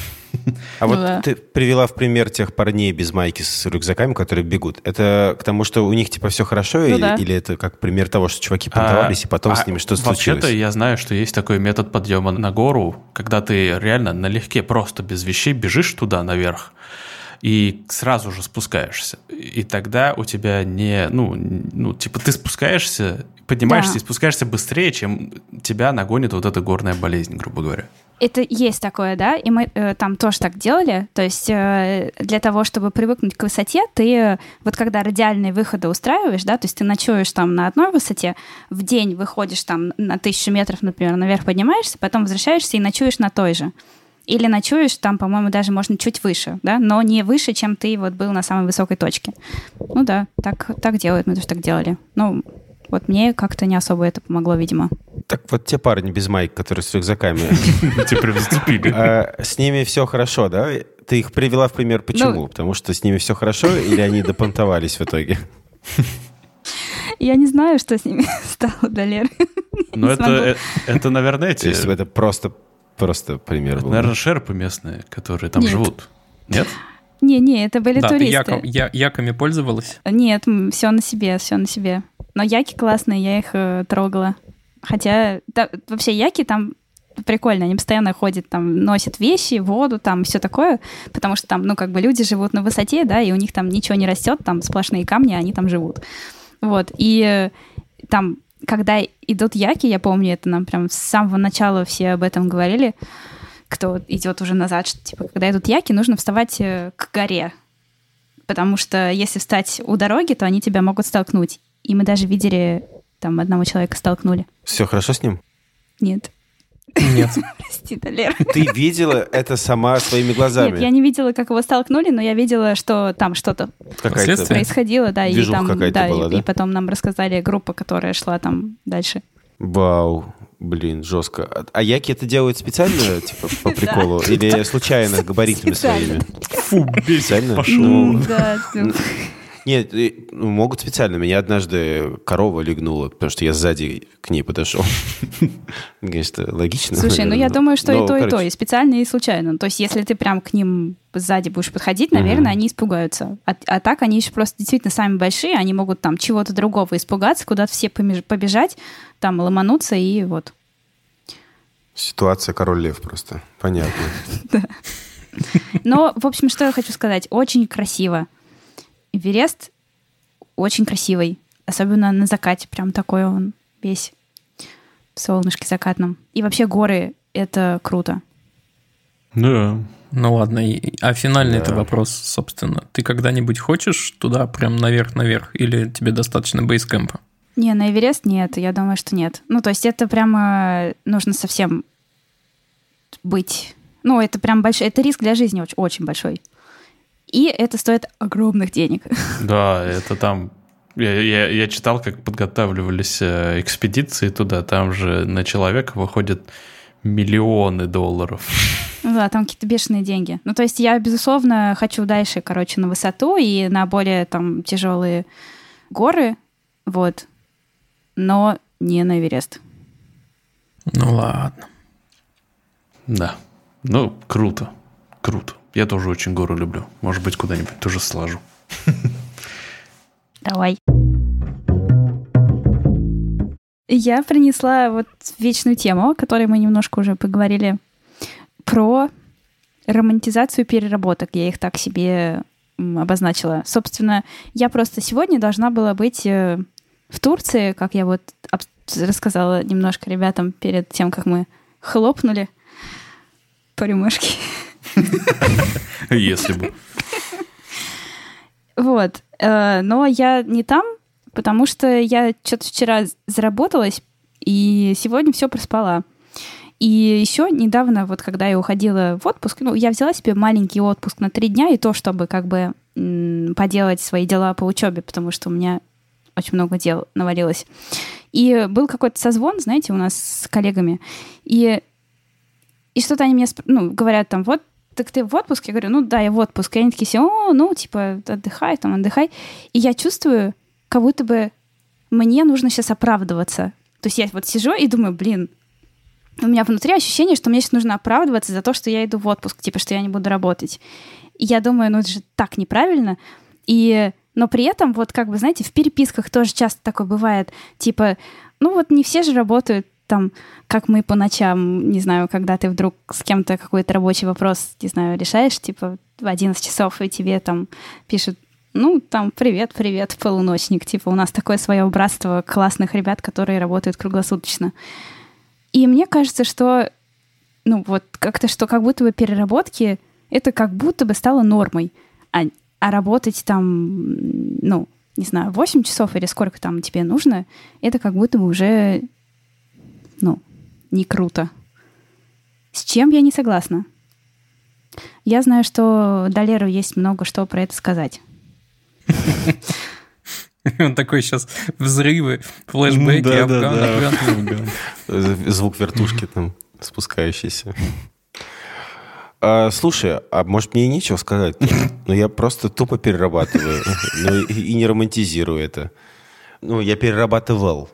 А вот ты привела в пример тех парней без майки с рюкзаками, которые бегут. Это к тому, что у них типа все хорошо, или это как пример того, что чуваки понтовались, и потом с ними что-то случилось? Вообще-то я знаю, что есть такой метод подъема на гору, когда ты реально налегке, просто без вещей бежишь туда наверх, и сразу же спускаешься. И тогда у тебя не... Ну, ну типа ты спускаешься, поднимаешься да. и спускаешься быстрее, чем тебя нагонит вот эта горная болезнь, грубо говоря. Это есть такое, да, и мы э, там тоже так делали. То есть э, для того, чтобы привыкнуть к высоте, ты вот когда радиальные выходы устраиваешь, да, то есть ты ночуешь там на одной высоте, в день выходишь там на тысячу метров, например, наверх поднимаешься, потом возвращаешься и ночуешь на той же. Или ночуешь, там, по-моему, даже можно чуть выше, да, но не выше, чем ты вот был на самой высокой точке. Ну да, так, так делают, мы тоже так делали. Ну, вот мне как-то не особо это помогло, видимо. Так вот те парни без майк, которые с рюкзаками, тебя прям зацепили. С ними все хорошо, да? Ты их привела в пример почему? Потому что с ними все хорошо или они допонтовались в итоге? Я не знаю, что с ними стало, да, Лер. Ну это, это, наверное, эти... То есть это просто... Просто пример был. Наверное, шерпы местные, которые там Нет. живут. Нет? Не-не, это были да, туристы. Да, ты яком, я, яками пользовалась? Нет, все на себе, все на себе. Но яки классные, я их э, трогала. Хотя, да, вообще яки там прикольно, они постоянно ходят, там, носят вещи, воду, там, все такое, потому что там, ну, как бы люди живут на высоте, да, и у них там ничего не растет, там сплошные камни, они там живут. Вот, и э, там... Когда идут яки, я помню, это нам прям с самого начала все об этом говорили, кто идет уже назад, что, типа, когда идут яки, нужно вставать к горе, потому что если встать у дороги, то они тебя могут столкнуть. И мы даже видели, там, одного человека столкнули. Все хорошо с ним? Нет. Нет. Прости, да, Лера. Ты видела это сама своими глазами? Нет, я не видела, как его столкнули, но я видела, что там что-то происходило, да, и там, да, была, да, и потом нам рассказали группа, которая шла там дальше. Вау, блин, жестко. А яки это делают специально, типа, по приколу? Или случайно, габаритами своими? Фу, специально пошел. Да, Нет, могут специально. Меня однажды корова легнула, потому что я сзади к ней подошел. Конечно, логично. Слушай, ну я думаю, что и то, и то, и специально, и случайно. То есть если ты прям к ним сзади будешь подходить, наверное, они испугаются. А, а так они еще просто действительно сами большие, они могут там чего-то другого испугаться, куда-то все побежать, там ломануться, и вот. Ситуация король-лев просто. Понятно. Да. Но, в общем, что я хочу сказать. Очень красиво. Эверест очень красивый. Особенно на закате. Прям такой он весь в солнышке закатном. И вообще горы — это круто. Да. Ну ладно, а финальный это да. вопрос, собственно. Ты когда-нибудь хочешь туда прям наверх-наверх? Или тебе достаточно бейскэмпа? Не, на Эверест нет. Я думаю, что нет. Ну, то есть это прямо нужно совсем быть... Ну, это прям большой... Это риск для жизни очень, очень большой. И это стоит огромных денег. Да, это там... Я, я, я читал, как подготавливались экспедиции туда. Там же на человека выходят миллионы долларов. Ну да, там какие-то бешеные деньги. Ну, то есть я, безусловно, хочу дальше, короче, на высоту и на более там тяжелые горы, вот. Но не на Эверест. Ну ладно. Да. Ну, круто. Круто. Я тоже очень горы люблю. Может быть, куда-нибудь тоже слажу. Давай. Я принесла вот вечную тему, о которой мы немножко уже поговорили, про романтизацию переработок. Я их так себе обозначила. Собственно, я просто сегодня должна была быть в Турции, как я вот рассказала немножко ребятам перед тем, как мы хлопнули по рюмашке. Если бы. Вот. Но я не там, потому что я что-то вчера заработалась, и сегодня все проспала. И еще недавно, вот когда я уходила в отпуск, ну, я взяла себе маленький отпуск на три дня, и то, чтобы как бы м- поделать свои дела по учебе, потому что у меня очень много дел навалилось. И был какой-то созвон, знаете, у нас с коллегами, и, и что-то они мне сп- ну, говорят там, вот, так ты в отпуск? Я говорю, ну да, я в отпуск. И они такие все, о, ну, типа, отдыхай, там, отдыхай. И я чувствую, как будто бы мне нужно сейчас оправдываться. То есть я вот сижу и думаю, блин, у меня внутри ощущение, что мне сейчас нужно оправдываться за то, что я иду в отпуск, типа, что я не буду работать. И я думаю, ну это же так неправильно. И, но при этом, вот как бы, знаете, в переписках тоже часто такое бывает, типа, ну вот не все же работают там, как мы по ночам, не знаю, когда ты вдруг с кем-то какой-то рабочий вопрос, не знаю, решаешь, типа, в одиннадцать часов, и тебе там пишут, ну, там, привет, привет, полуночник, типа, у нас такое свое братство классных ребят, которые работают круглосуточно. И мне кажется, что, ну, вот как-то, что как будто бы переработки, это как будто бы стало нормой, а, а работать там, ну, не знаю, восемь часов или сколько там тебе нужно, это как будто бы уже, ну, не круто. С чем я не согласна. Я знаю, что Далеру есть много что про это сказать. Он такой сейчас взрывы, флешбеки, афган, афган. Звук вертушки там спускающийся. А, слушай, а может мне и нечего сказать? Ну, я просто тупо перерабатываю. Ну, и, и не романтизирую это. Ну, я перерабатывал.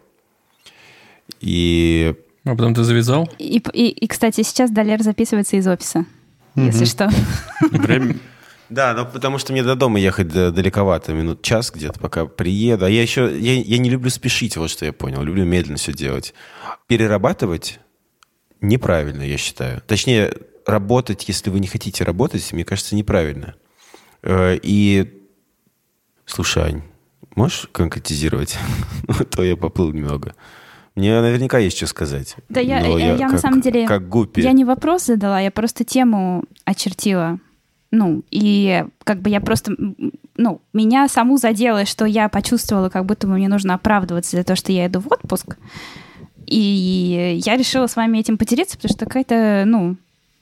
И... А потом ты завязал? И, и, и кстати, сейчас Далер записывается из офиса, mm-hmm. если что. Время... Да, ну потому что мне до дома ехать далековато, минут час где-то, пока приеду. А я еще, я, я не люблю спешить, вот что я понял. Люблю медленно все делать. Перерабатывать неправильно, я считаю. Точнее, работать, если вы не хотите работать, мне кажется, неправильно. И, слушай, Ань, можешь конкретизировать? То я поплыл немного. Мне наверняка есть что сказать. Да, я, я, я как, на самом деле... Как гуппи. Я не вопрос задала, я просто тему очертила. Ну, и как бы я просто... Ну, меня саму задело, что я почувствовала, как будто бы мне нужно оправдываться за то, что я иду в отпуск. И я решила с вами этим поделиться, потому что какая-то, ну,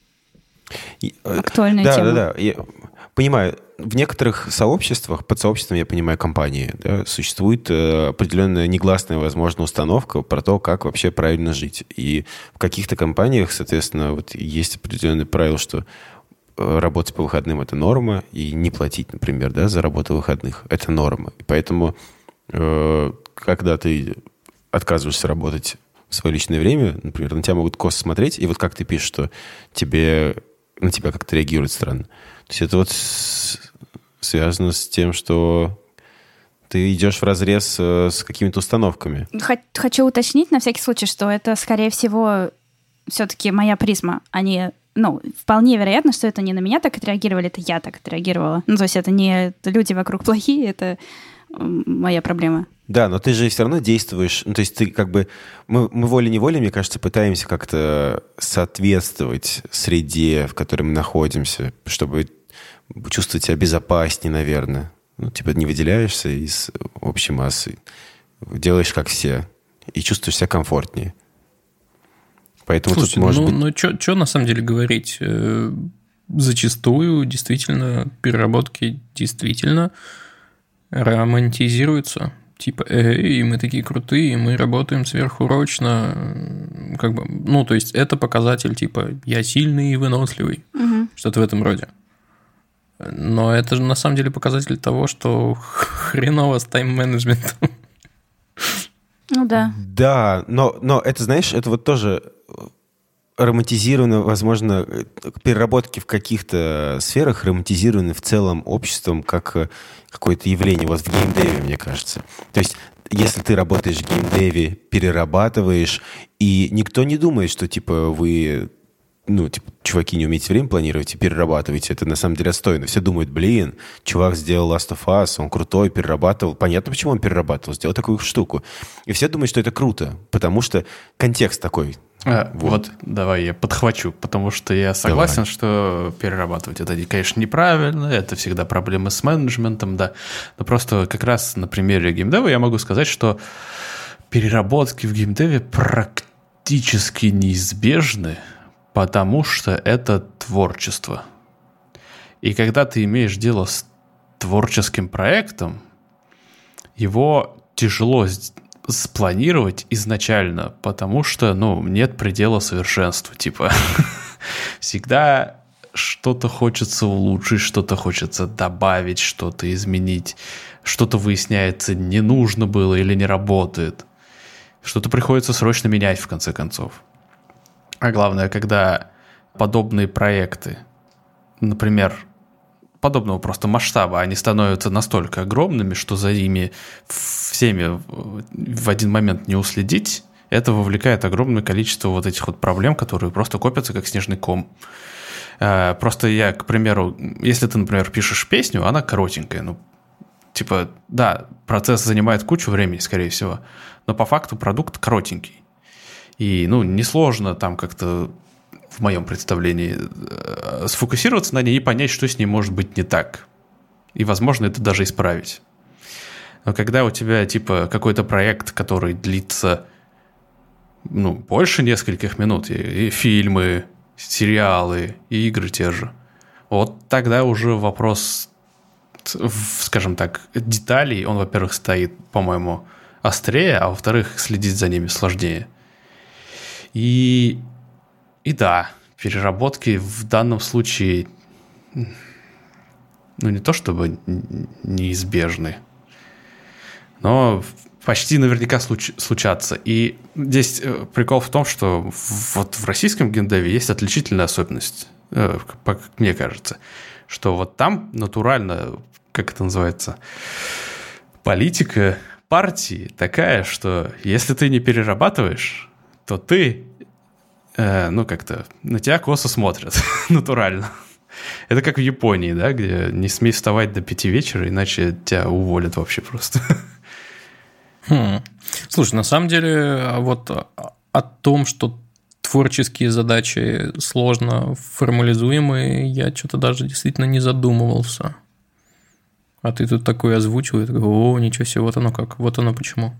актуальная да, тема. Да, да, да. Я понимаю, в некоторых сообществах, под сообществом я понимаю компании, да, существует определенная негласная, возможно, установка про то, как вообще правильно жить. И в каких-то компаниях, соответственно, вот есть определенные правила, что работать по выходным – это норма, и не платить, например, да, за работу выходных – это норма. И поэтому, э, когда ты отказываешься работать в свое личное время, например, на тебя могут косо смотреть, и вот как ты пишешь, что тебе, на тебя как-то реагирует странно. То есть это вот с, связано с тем, что ты идешь вразрез с какими-то установками. Хочу уточнить на всякий случай, что это, скорее всего, все-таки моя призма, а не... Ну, вполне вероятно, что это не на меня так отреагировали, это я так отреагировала. Ну, то есть это не люди вокруг плохие, это моя проблема. Да, но ты же все равно действуешь, ну, то есть ты как бы... Мы, мы волей-неволей, мне кажется, пытаемся как-то соответствовать среде, в которой мы находимся, чтобы чувствовать себя безопаснее, наверное. Ну, типа не выделяешься из общей массы, делаешь как все и чувствуешь себя комфортнее. Поэтому Слушайте, тут, может ну, быть... ну что на самом деле говорить? Зачастую действительно переработки действительно романтизируются. Типа, эй, мы такие крутые, мы работаем сверхурочно. Как бы, ну, то есть это показатель типа «я сильный и выносливый». Угу. Что-то в этом роде. Но это же на самом деле показатель того, что хреново с тайм-менеджментом. Ну да. Да, но, но это, знаешь, это вот тоже романтизировано, возможно, переработки в каких-то сферах романтизированы в целом обществом как какое-то явление. Вот в геймдеве, мне кажется. То есть, если ты работаешь в геймдеве, перерабатываешь, и никто не думает, что, типа, вы... Ну, типа, чуваки, не умеете время планировать и перерабатываете. Это на самом деле отстойно. Все думают, блин, чувак сделал Last of Us, он крутой, перерабатывал. Понятно, почему он перерабатывал, сделал такую штуку. И все думают, что это круто, потому что контекст такой. А, вот. вот, давай я подхвачу, потому что я согласен, давай. Что перерабатывать это, конечно, неправильно, это всегда проблемы с менеджментом, да. Но просто как раз на примере геймдева я могу сказать, что переработки в геймдеве практически неизбежны, потому что это творчество. И когда ты имеешь дело с творческим проектом, его тяжело спланировать изначально, потому что, ну, нет предела совершенству. Типа, всегда что-то хочется улучшить, что-то хочется добавить, что-то изменить, что-то выясняется, не нужно было или не работает. Что-то приходится срочно менять, в конце концов. А главное, когда подобные проекты, например, подобного просто масштаба, они становятся настолько огромными, что за ими всеми в один момент не уследить, это вовлекает огромное количество вот этих вот проблем, которые просто копятся как снежный ком. Просто я, к примеру, если ты, например, пишешь песню, она коротенькая, ну, типа, да, процесс занимает кучу времени, скорее всего, но по факту продукт коротенький. И, ну, несложно там как-то, в моем представлении, сфокусироваться на ней и понять, что с ней может быть не так. И, возможно, это даже исправить. Но когда у тебя, типа, какой-то проект, который длится, ну, больше нескольких минут, и, и фильмы, сериалы, и игры те же, вот тогда уже вопрос, скажем так, деталей, он, во-первых, стоит, по-моему, острее, а во-вторых, следить за ними сложнее. И, и да, переработки в данном случае, ну, не то чтобы неизбежны, но почти наверняка случ, случатся. И здесь прикол в том, что вот в российском геймдеве есть отличительная особенность, как мне кажется, что вот там натурально, как это называется, политика партии такая, что если ты не перерабатываешь, то ты, э, ну, как-то на тебя косо смотрят натурально. Это как в Японии, да, где не смей вставать до пяти вечера, иначе тебя уволят вообще просто. Хм. Слушай, на самом деле, вот о том, что творческие задачи сложно формализуемые, я что-то даже действительно не задумывался. А ты тут такое озвучил, и такой, о, ничего себе, вот оно как, вот оно почему.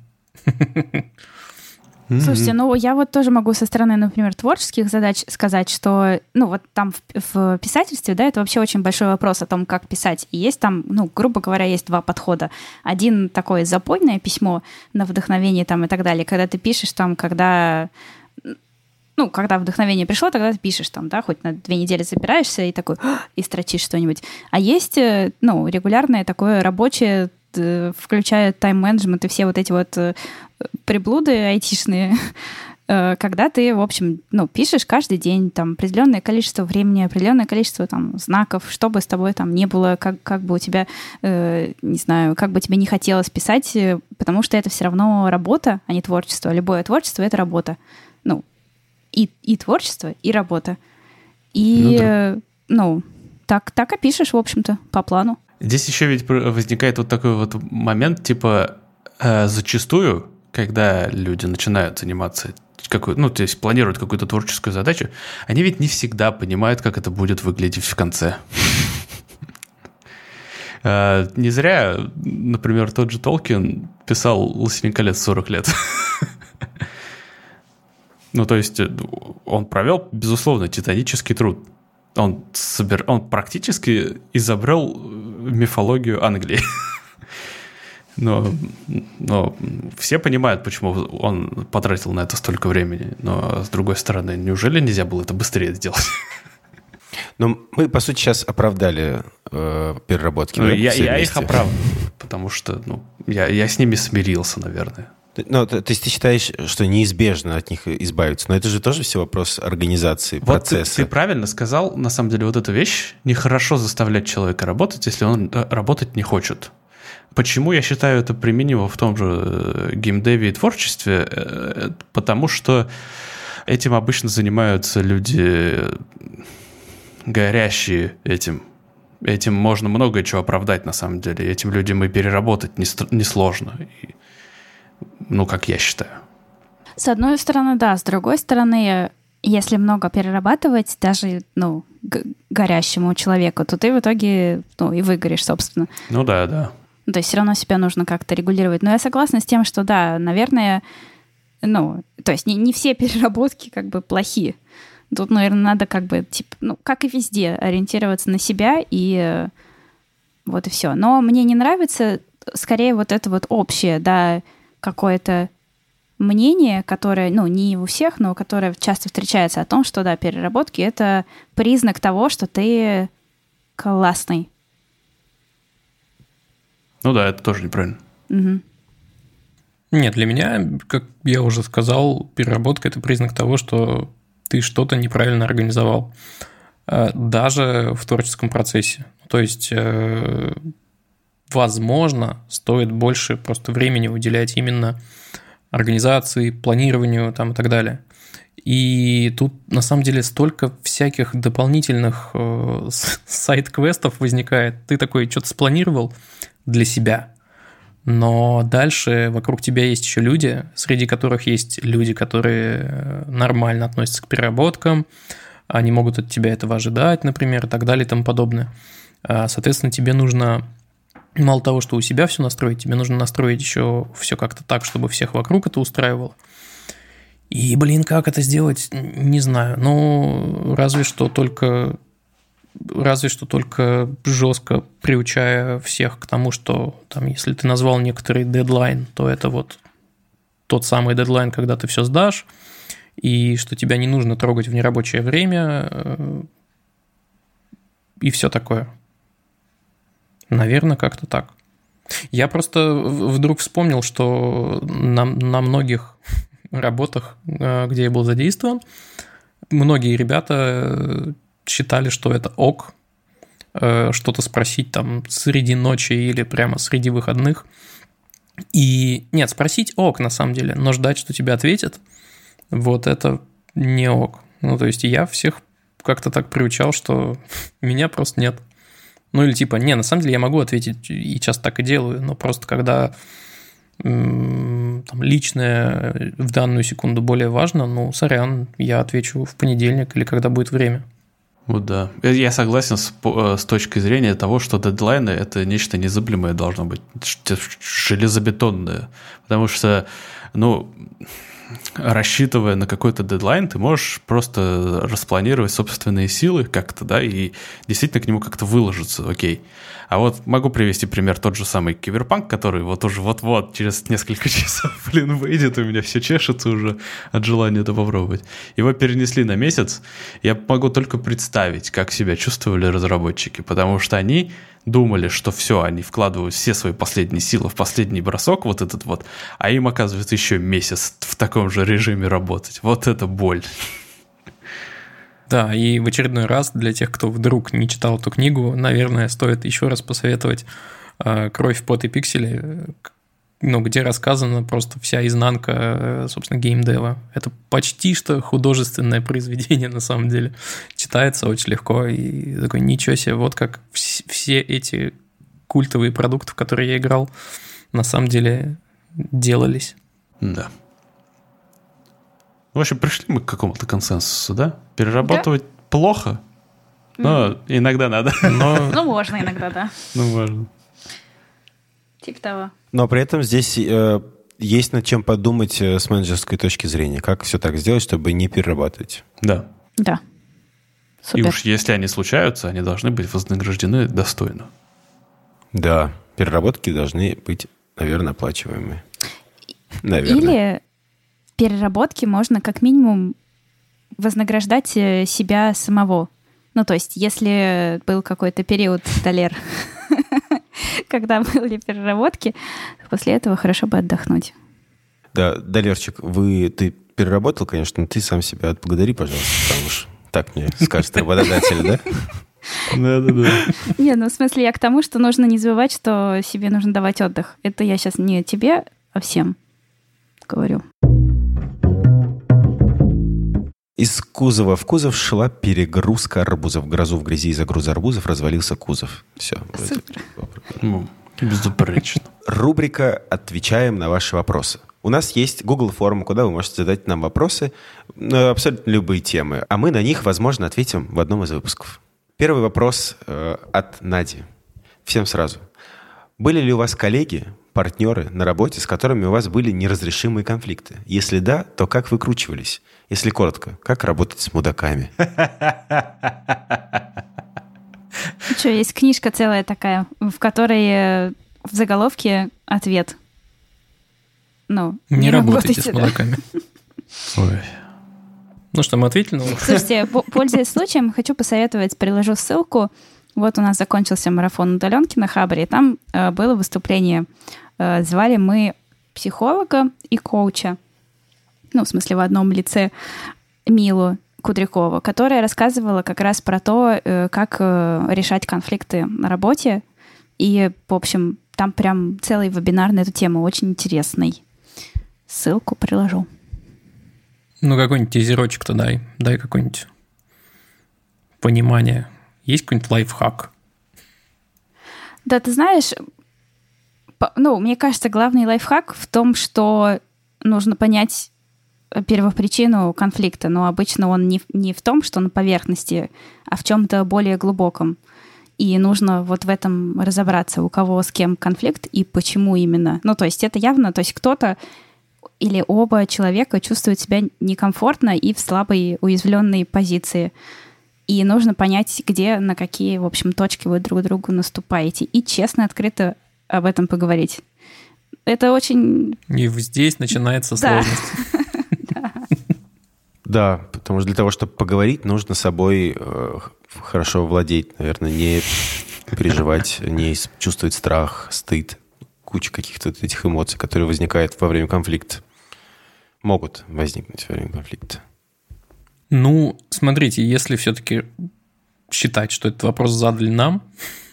Слушайте, ну я вот тоже могу со стороны, например, творческих задач сказать, что, ну вот там в, в писательстве, да, это вообще очень большой вопрос о том, как писать. И есть там, ну, грубо говоря, есть два подхода. Один такое запойное письмо на вдохновение там и так далее, когда ты пишешь там, когда... Ну, когда вдохновение пришло, тогда ты пишешь там, да, хоть на две недели запираешься и такой, и строчишь что-нибудь. А есть, ну, регулярное такое рабочее, включая тайм-менеджмент и все вот эти вот приблуды айтишные, когда ты, в общем, ну, пишешь каждый день там определенное количество времени, определенное количество там знаков, что бы с тобой там не было, как, как бы у тебя, э, не знаю, как бы тебе не хотелось писать, потому что это все равно работа, а не творчество. Любое творчество — это работа. Ну, и, и творчество, и работа. И, ну, да. ну так, так и пишешь, в общем-то, по плану. Здесь еще ведь возникает вот такой вот момент, типа, э, зачастую, когда люди начинают заниматься, какой, ну, то есть планируют какую-то творческую задачу, они ведь не всегда понимают, как это будет выглядеть в конце. Не зря, например, тот же Толкин писал «Властелин колец» сорок лет. Ну, то есть он провел, безусловно, титанический труд. Он, собер... он практически изобрел мифологию Англии. но, но все понимают, почему он потратил на это столько времени. Но, с другой стороны, неужели нельзя было это быстрее сделать? Ну, мы, по сути, сейчас оправдали э, переработки. Ну, я, я их оправдываю, потому что ну, я, я с ними смирился, наверное. Ну, то, то есть ты считаешь, что неизбежно от них избавиться, но это же тоже все вопрос организации, вот процесса. Ты, ты правильно сказал, на самом деле, вот эту вещь. Нехорошо заставлять человека работать, если он работать не хочет. Почему я считаю это применимо в том же геймдеве и творчестве? Потому что этим обычно занимаются люди, горящие этим. Этим можно много чего оправдать, на самом деле. Этим людям и переработать несложно. Не Ну, как я считаю. С одной стороны, да. С другой стороны, если много перерабатывать даже, ну, г- горящему человеку, то ты в итоге, ну, и выгоришь, собственно. Ну, да, да. То есть все равно себя нужно как-то регулировать. Но я согласна с тем, что, да, наверное, ну, то есть не, не все переработки как бы плохие. Тут, наверное, надо как бы, типа, ну, как и везде, ориентироваться на себя, и вот и все. Но мне не нравится скорее вот это вот общее, да, какое-то мнение, которое, ну, не у всех, но которое часто встречается о том, что, да, переработки — это признак того, что ты классный. Ну да, это тоже неправильно. Угу. Нет, для меня, как я уже сказал, переработка – это признак того, что ты что-то неправильно организовал. Даже в творческом процессе. То есть, возможно, стоит больше просто времени уделять именно организации, планированию там, и так далее. И тут, на самом деле, столько всяких дополнительных э, сайд-квестов возникает. Ты такой что-то спланировал для себя, но дальше вокруг тебя есть еще люди, среди которых есть люди, которые нормально относятся к переработкам, они могут от тебя этого ожидать, например, и так далее и тому подобное. Соответственно, тебе нужно мало того, что у себя все настроить, тебе нужно настроить еще все как-то так, чтобы всех вокруг это устраивало. И, блин, как это сделать, не знаю. Ну, разве что только, разве что только жестко приучая всех к тому, что там, если ты назвал некоторый дедлайн, то это вот тот самый дедлайн, когда ты все сдашь, и что тебя не нужно трогать в нерабочее время, и все такое. Наверное, как-то так. Я просто вдруг вспомнил, что на, на многих работах, где я был задействован, многие ребята считали, что это ок, что-то спросить там среди ночи или прямо среди выходных. И нет, спросить ок на самом деле, но ждать, что тебе ответят, вот это не ок. Ну, то есть я всех как-то так приучал, что меня просто нет. Ну, или типа, не, на самом деле я могу ответить, и часто так и делаю, но просто когда м- там, личное в данную секунду более важно, ну, сорян, я отвечу в понедельник или когда будет время. Вот да. Я согласен с, с точки зрения того, что дедлайны – это нечто незыблемое должно быть, железобетонное. Потому что, ну, рассчитывая на какой-то дедлайн, ты можешь просто распланировать собственные силы как-то, да, и действительно к нему как-то выложиться, окей. А вот могу привести пример, тот же самый Киберпанк, который вот уже вот-вот через несколько часов, блин, выйдет, у меня все чешется уже от желания это попробовать. Его перенесли на месяц, я могу только представить, как себя чувствовали разработчики, потому что они думали, что все, они вкладывают все свои последние силы в последний бросок, вот этот вот, а им, оказывается, еще месяц в таком же режиме работать. Вот это боль. Да, и в очередной раз для тех, кто вдруг не читал эту книгу, наверное, стоит еще раз посоветовать «Кровь, пот и пиксели», ну, где рассказана просто вся изнанка, собственно, геймдева. Это почти что художественное произведение, на самом деле. Читается очень легко, и такой, ничего себе, вот как все эти культовые продукты, в которые я играл, на самом деле делались. Да. В общем, пришли мы к какому-то консенсусу, да? Перерабатывать да? плохо, но mm. иногда надо. Но... Ну, можно иногда, да. Ну, можно. Типа того. Но при этом здесь э, есть над чем подумать э, с менеджерской точки зрения. Как все так сделать, чтобы не перерабатывать. Да. Да. Супер. И уж если они случаются, они должны быть вознаграждены достойно. Да. Переработки должны быть, наверное, оплачиваемые. Наверное. Или переработки можно как минимум вознаграждать себя самого. Ну, то есть, если был какой-то период, Далер, когда были переработки, после этого хорошо бы отдохнуть. Да, Далерчик, вы, ты переработал, конечно, но ты сам себя отблагодари, пожалуйста, потому что так мне скажет работодатель, да? Да-да-да. Не, ну в смысле я к тому, что нужно не забывать, что себе нужно давать отдых. Это я сейчас не тебе, а всем говорю. Из кузова в кузов шла перегрузка арбузов. В грозу в грязи из-за груза арбузов развалился кузов. Все. Супер. Ну, безупречно. Рубрика «Отвечаем на ваши вопросы». У нас есть Google форма, куда вы можете задать нам вопросы на абсолютно любые темы, а мы на них, возможно, ответим в одном из выпусков. Первый вопрос э, от Нади. Всем сразу. Были ли у вас коллеги, партнеры на работе, с которыми у вас были неразрешимые конфликты? Если да, то как выкручивались? Если коротко, как работать с мудаками? Что, есть книжка целая такая, в которой в заголовке ответ. Ну, не, не работайте с мудаками. Ой. Ну что, мы ответили на вопрос? Слушайте, пользуясь случаем, хочу посоветовать, приложу ссылку. Вот у нас закончился марафон удаленки на Хабре, и там э, было выступление. Э, звали мы психолога и коуча. Ну, в смысле, в одном лице Милу. Кудрякова, которая рассказывала как раз про то, как решать конфликты на работе. И, в общем, там прям целый вебинар на эту тему, очень интересный. Ссылку приложу. Ну, какой-нибудь тизерочек-то дай. Дай какое-нибудь понимание. Есть какой-нибудь лайфхак? Да, ты знаешь, ну, мне кажется, главный лайфхак в том, что нужно понять первопричину конфликта, но обычно он не, не в том, что на поверхности, а в чем-то более глубоком. И нужно вот в этом разобраться, у кого с кем конфликт и почему именно. Ну, то есть это явно, то есть кто-то или оба человека чувствуют себя некомфортно и в слабой, уязвленной позиции. И нужно понять, где, на какие, в общем, точки вы друг другу наступаете. И честно, открыто об этом поговорить. Это очень... И здесь начинается сложность. Да, потому что для того, чтобы поговорить, нужно собой хорошо владеть, наверное, не переживать, не чувствовать страх, стыд, куча каких-то этих эмоций, которые возникают во время конфликта. Могут возникнуть во время конфликта. Ну, смотрите, если все-таки считать, что этот вопрос задали нам,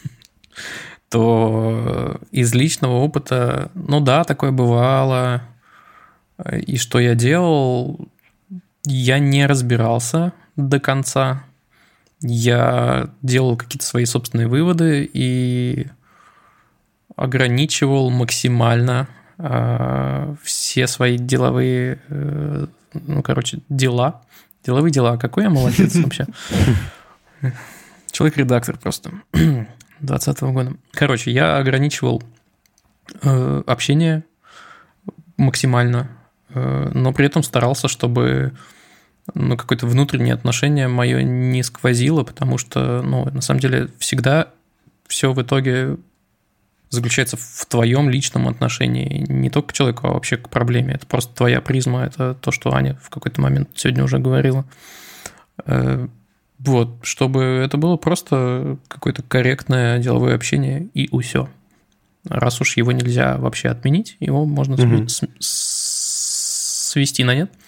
то из личного опыта, ну да, такое бывало. И что я делал, я не разбирался до конца. Я делал какие-то свои собственные выводы и ограничивал максимально э, все свои деловые, э, ну, короче, дела. Деловые дела. Какой я молодец вообще. Человек-редактор просто. двадцатого года. Короче, я ограничивал э, общение максимально, э, но при этом старался, чтобы ну, какое-то внутреннее отношение мое не сквозило, потому что, ну, на самом деле, всегда все в итоге заключается в твоем личном отношении, не только к человеку, а вообще к проблеме. Это просто твоя призма, это то, что Аня в какой-то момент сегодня уже говорила. Вот, чтобы это было просто какое-то корректное деловое общение и усё. Раз уж его нельзя вообще отменить, его можно mm-hmm. свести на нет.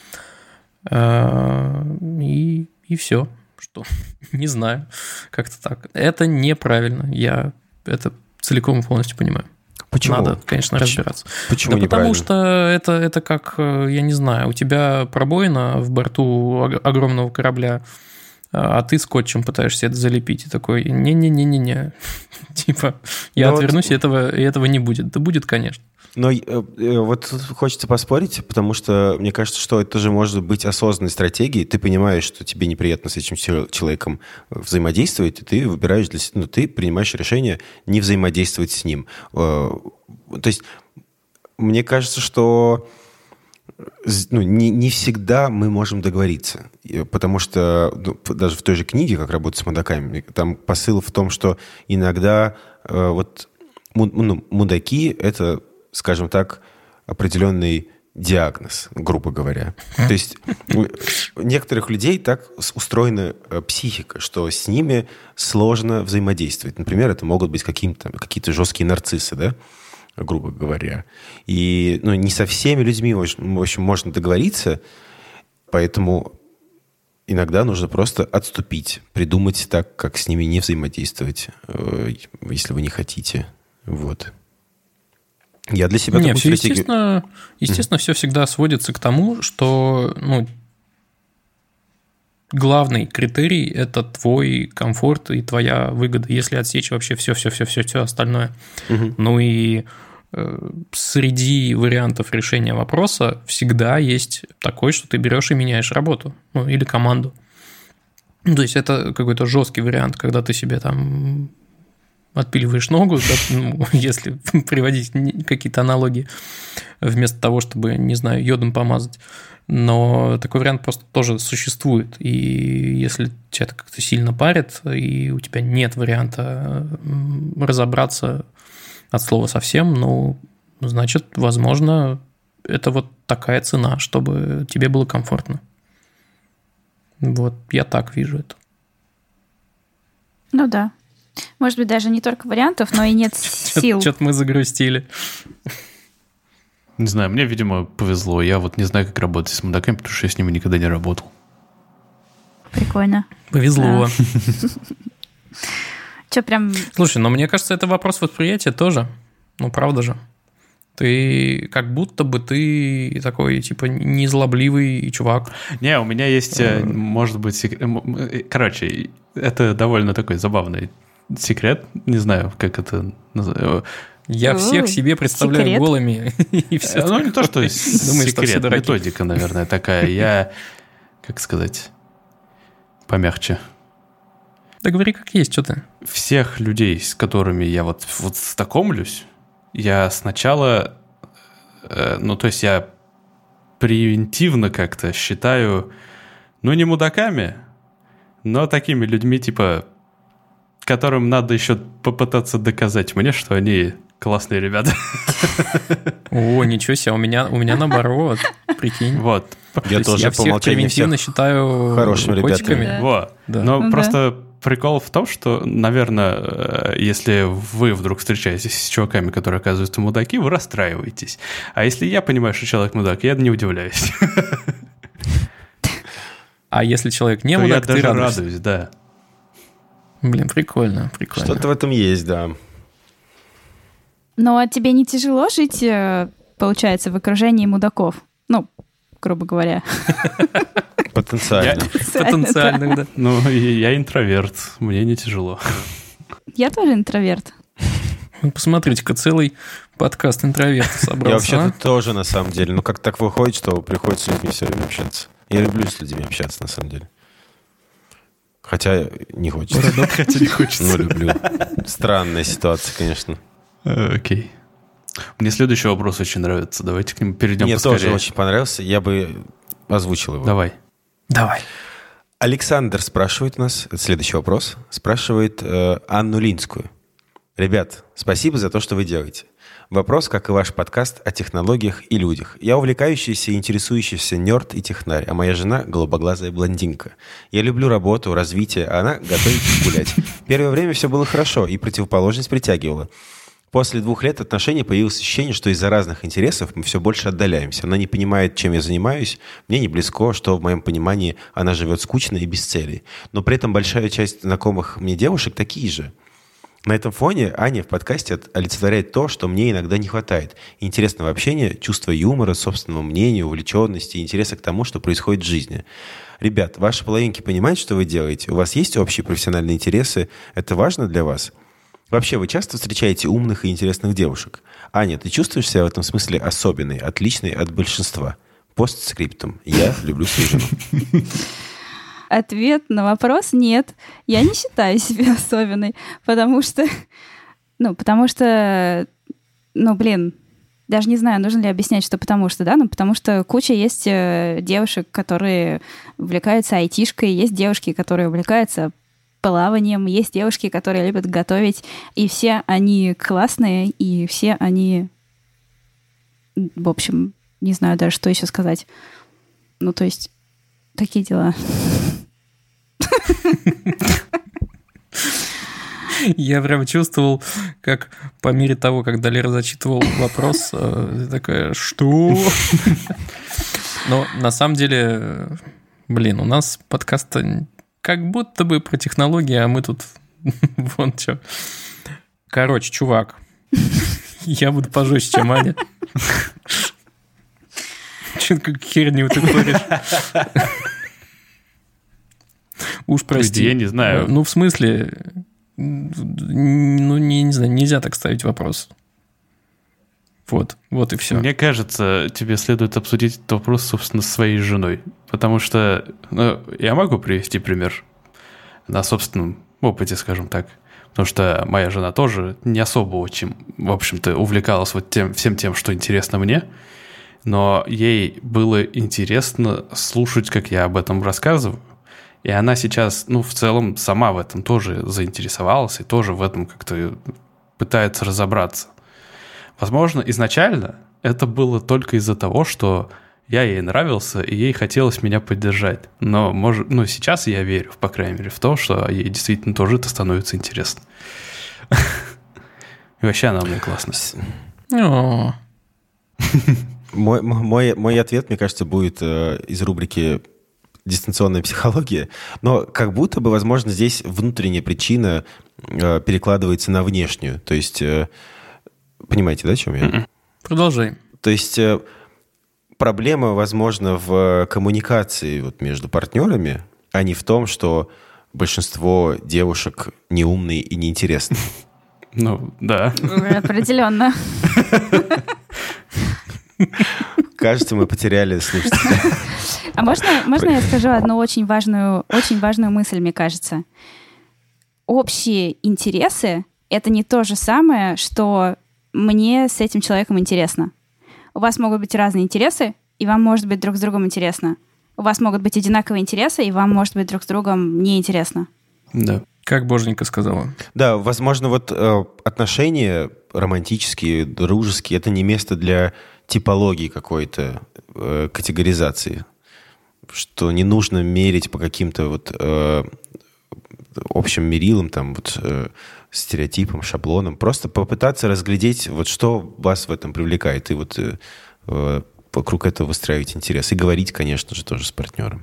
И, и все. Что? Не знаю. Как-то так. Это неправильно. Я это целиком и полностью понимаю. Почему? Надо, конечно, разбираться. Почему да неправильно? Потому что это, это как, я не знаю, у тебя пробоина в борту огромного корабля, а ты скотчем пытаешься это залепить. И такой, не-не-не-не-не. Типа, я отвернусь, и этого, и этого не будет. Да будет, конечно. Но э, вот хочется поспорить, потому что мне кажется, что это же может быть осознанной стратегией. Ты понимаешь, что тебе неприятно с этим человеком взаимодействовать, и ты выбираешь для себя, ну, ты принимаешь решение не взаимодействовать с ним. Э, то есть мне кажется, что ну, не, не всегда мы можем договориться, потому что ну, даже в той же книге «Как работать с мудаками» там посыл в том, что иногда э, вот ну, мудаки – это, скажем так, определенный диагноз, грубо говоря. То есть у некоторых людей так устроена психика, что с ними сложно взаимодействовать. Например, это могут быть какие-то, какие-то жесткие нарциссы, да, грубо говоря. И ну, не со всеми людьми, в общем, можно договориться, поэтому иногда нужно просто отступить, придумать так, как с ними не взаимодействовать, если вы не хотите. Вот. Я для себя Нет, такую все, стратегию... Естественно, естественно mm-hmm. все всегда сводится к тому, что ну, главный критерий – это твой комфорт и твоя выгода, если отсечь вообще все-все-все-все остальное. Mm-hmm. Ну и э, среди вариантов решения вопроса всегда есть такой, что ты берешь и меняешь работу, ну, или команду. То есть это какой-то жесткий вариант, когда ты себе там отпиливаешь ногу, да, ну, если приводить какие-то аналогии, вместо того, чтобы, не знаю, йодом помазать. Но такой вариант просто тоже существует. И если тебя это как-то сильно парит, и у тебя нет варианта разобраться от слова совсем, ну, значит, возможно, это вот такая цена, чтобы тебе было комфортно. Вот, я так вижу это. Ну да. Может быть, даже не только вариантов, но и нет сил. Что-то мы загрустили. Не знаю, мне, видимо, повезло. Я вот не знаю, как работать с мудаками, потому что я с ними никогда не работал. Прикольно. Повезло. Че, прям... Слушай, но мне кажется, это вопрос восприятия тоже. Ну, правда же. Ты как будто бы ты такой, типа, незлобливый чувак. Не, у меня есть, может быть, секрет. Короче, это довольно такой забавный секрет. Не знаю, как это называется. Я всех себе представляю секрет. Голыми. И все. Ну, не то, что секрет, методика, наверное, такая. Я, как сказать, помягче. Да говори как есть, что ты. Всех людей, с которыми я вот, вот знакомлюсь, я сначала, э, ну, то есть я превентивно как-то считаю, ну, не мудаками, но такими людьми, типа, которым надо еще попытаться доказать мне, что они классные ребята. О, ничего себе, у меня, у меня наоборот, прикинь. Вот. Я тоже я по всех умолчанию превентивно всех считаю хорошими котиками. ребятами. Вот. Да. Но Ну просто прикол в том, что, наверное, если вы вдруг встречаетесь с чуваками, которые оказываются мудаки, вы расстраиваетесь. А если я понимаю, что человек мудак, я не удивляюсь. А если человек не То мудак, я ты даже радуешься. радуюсь, да. Блин, прикольно, прикольно. Что-то в этом есть, да. Но а тебе не тяжело жить, э, получается, в окружении мудаков? Ну, грубо говоря. Потенциально. Потенциально, да. Ну, я интроверт, мне не тяжело. Я тоже интроверт. Ну, посмотрите-ка, целый подкаст интроверта собрался. Я вообще-то а? тоже, на самом деле. Ну, как так выходит, что приходится с людьми все время общаться. Я люблю с людьми общаться, на самом деле. Хотя не хочется. Хотя не хочется. Ну, люблю. Странная ситуация, конечно. Окей. Мне следующий вопрос очень нравится. Давайте к нему перейдем Мне поскорее. тоже очень понравился. Я бы озвучил его. Давай. Давай. Александр спрашивает у нас, это следующий вопрос, спрашивает э, Анну Линскую. Ребят, спасибо за то, что вы делаете. Вопрос, как и ваш подкаст, о технологиях и людях. Я увлекающийся и интересующийся нерд и технарь, а моя жена – голубоглазая блондинка. Я люблю работу, развитие, а она готовит и гулять. Первое время все было хорошо, и противоположность притягивала. После двух лет отношений появилось ощущение, что из-за разных интересов мы все больше отдаляемся. Она не понимает, чем я занимаюсь, мне не близко, что в моем понимании она живет скучно и без целей. Но при этом большая часть знакомых мне девушек такие же. На этом фоне Аня в подкасте олицетворяет то, что мне иногда не хватает. Интересного общения, чувства юмора, собственного мнения, увлеченности, интереса к тому, что происходит в жизни. Ребят, ваши половинки понимают, что вы делаете? У вас есть общие профессиональные интересы? Это важно для вас? Вообще, вы часто встречаете умных и интересных девушек? Аня, ты чувствуешь себя в этом смысле особенной, отличной от большинства? Постскриптум. Я люблю свою жену. Ответ на вопрос – нет. Я не считаю себя особенной, потому что... Ну, потому что... Ну, блин, даже не знаю, нужно ли объяснять, что потому что, да? Ну, потому что куча есть девушек, которые увлекаются айтишкой, есть девушки, которые увлекаются плаванием, есть девушки, которые любят готовить, и все они классные, и все они... В общем, не знаю даже, что еще сказать. Ну, то есть, такие дела. Я прям чувствовал, как по мере того, как Далер зачитывал вопрос, такая, что? Но на самом деле, блин, у нас подкаст как будто бы про технологии, а мы тут вон что. Короче, чувак, я буду пожестче, чем Аня. Че ты как херню ты говоришь? Уж прости. Я не знаю. Ну, в смысле, ну, не, не знаю, нельзя так ставить вопрос. Вот, вот и все. Мне кажется, тебе следует обсудить этот вопрос, собственно, с своей женой. Потому что, ну, я могу привести пример на собственном опыте, скажем так. Потому что моя жена тоже не особо очень, в общем-то, увлекалась вот тем, всем тем, что интересно мне. Но ей было интересно слушать, как я об этом рассказываю. И она сейчас, ну, в целом, сама в этом тоже заинтересовалась и тоже в этом как-то пытается разобраться. Возможно, изначально это было только из-за того, что я ей нравился, и ей хотелось меня поддержать. Но, может, ну, сейчас я верю, по крайней мере, в то, что ей действительно тоже это становится интересно. И вообще она мне классная. Мой, мой, мой ответ, мне кажется, будет э, из рубрики дистанционная психология, но как будто бы, возможно, здесь внутренняя причина э, перекладывается на внешнюю. То есть, э, понимаете, да, о чем я? Продолжай. То есть э, проблема, возможно, в коммуникации вот между партнерами, а не в том, что большинство девушек неумные и неинтересные. Ну, да. Определенно. Кажется, мы потеряли слушателя. А можно, можно я скажу одну очень важную, очень важную мысль, мне кажется? Общие интересы — это не то же самое, что мне с этим человеком интересно. У вас могут быть разные интересы, и вам может быть друг с другом интересно. У вас могут быть одинаковые интересы, и вам может быть друг с другом неинтересно. Да. Как Боженька сказала. Да, возможно, вот э, отношения романтические, дружеские — это не место для типологии какой-то, э, категоризации. Что не нужно мерить по каким-то вот э, общим мерилам, там, вот, э, стереотипам, шаблонам. Просто попытаться разглядеть, вот, что вас в этом привлекает, и вот э, э, вокруг этого выстраивать интерес. И говорить, конечно же, тоже с партнером.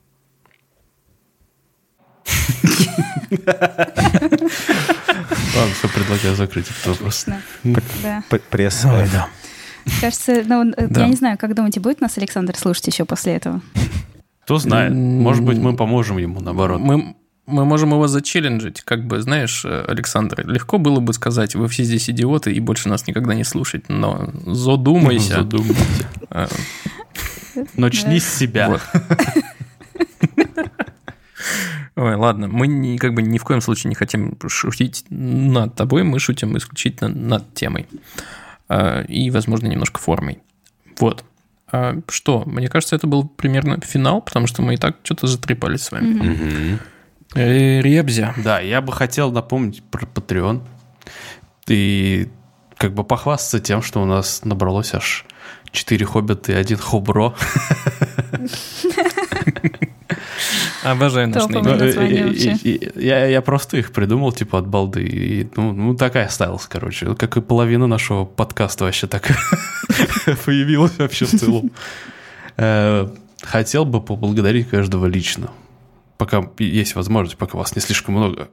Ладно, все, предлагаю закрыть этот вопрос. Да. Пресс. да. Кажется, ну, Да. я не знаю, как думаете, будет нас Александр слушать еще после этого? Кто знает, может быть, мы поможем ему, наоборот. Мы, мы можем его зачелленджить. Как бы, знаешь, Александр, легко было бы сказать, вы все здесь идиоты и больше нас никогда не слушать, но задумайся. Задумайся. А, Начни с себя. вот. Ой, ладно, мы не, как бы ни в коем случае не хотим шутить над тобой, мы шутим исключительно над темой. А, и, возможно, немножко формой. Вот. А, что? Мне кажется, это был примерно финал, потому что мы и так что-то затрепались с вами. Мгм. Э, Ребзя. Да, я бы хотел напомнить про Patreon и как бы похвастаться тем, что у нас набралось аж четыре хоббита и один хобро. Обожаю наш Топовый. нейм. название И- вообще. и- и- Я я просто их придумал, типа, от балды. И, ну, ну, такая осталась, короче. Как и половина нашего подкаста вообще так появилась вообще в целом. Э, Хотел бы поблагодарить каждого лично. Пока есть возможность, пока вас не слишком много.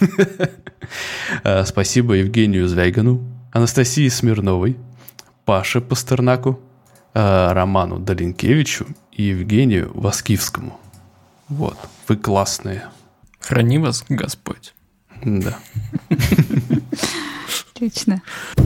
Э, Спасибо Евгению Звягану, Анастасии Смирновой, Паше Пастернаку, э, Роману Долинкевичу и Евгению Воскивскому. Вот, вы классные. Храни вас Господь. Да. Отлично.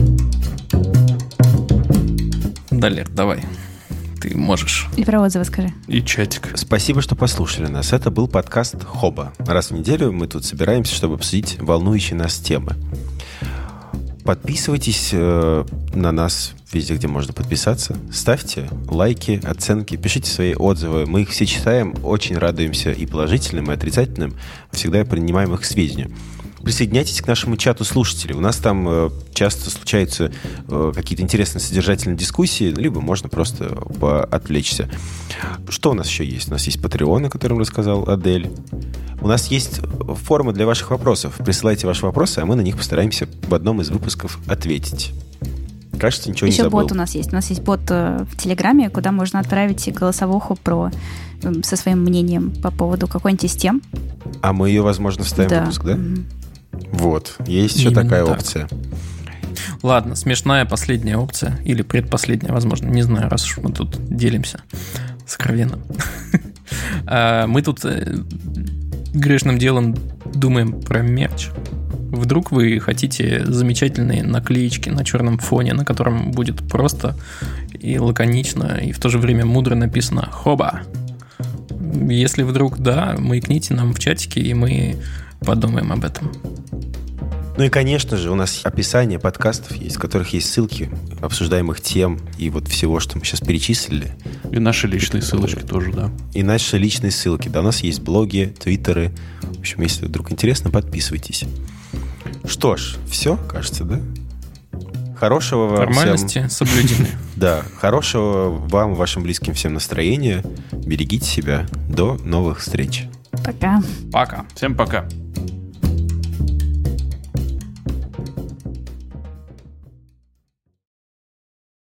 Далер, давай. Ты можешь. И про отзывы скажи. И чатик. Спасибо, что послушали нас. Это был подкаст «Хоба». Раз в неделю мы тут собираемся, чтобы обсудить волнующие нас темы. Подписывайтесь э, на нас везде, где можно подписаться. Ставьте лайки, оценки, пишите свои отзывы. Мы их все читаем, очень радуемся и положительным, и отрицательным. Всегда принимаем их к сведению. Присоединяйтесь к нашему чату слушателей. У нас там э, часто случаются э, какие-то интересные содержательные дискуссии, либо можно просто отвлечься. Что у нас еще есть? У нас есть Patreon, о котором рассказал Адель. У нас есть форма для ваших вопросов. Присылайте ваши вопросы, а мы на них постараемся в одном из выпусков ответить. Кажется, ничего Еще не забыл. бот у нас есть. У нас есть бот э, в Телеграме, куда можно отправить голосовуху про, э, со своим мнением по поводу какой-нибудь из тем. А мы ее, возможно, вставим в выпуск, да? Мгм. Вот. Есть еще Именно такая так. опция. Ладно, смешная последняя опция. Или предпоследняя, возможно. Не знаю, раз уж мы тут делимся сокровенно. А, Мы тут э, грешным делом думаем про мерч. Вдруг вы хотите замечательные наклеечки на черном фоне, на котором будет просто и лаконично, и в то же время мудро написано «Хоба». Если вдруг да, маякните нам в чатике, и мы подумаем об этом. Ну и, конечно же, у нас описание подкастов есть, в которых есть ссылки обсуждаемых тем и вот всего, что мы сейчас перечислили. И наши личные ссылочки тоже, да. И наши личные ссылки. Да, у нас есть блоги, твиттеры. В общем, если вдруг интересно, подписывайтесь. Что ж, все, кажется, да? Хорошего вам Формальности всем... соблюдены. Да, хорошего вам, вашим близким всем настроения. Берегите себя. До новых встреч. Пока. Пока. Всем пока.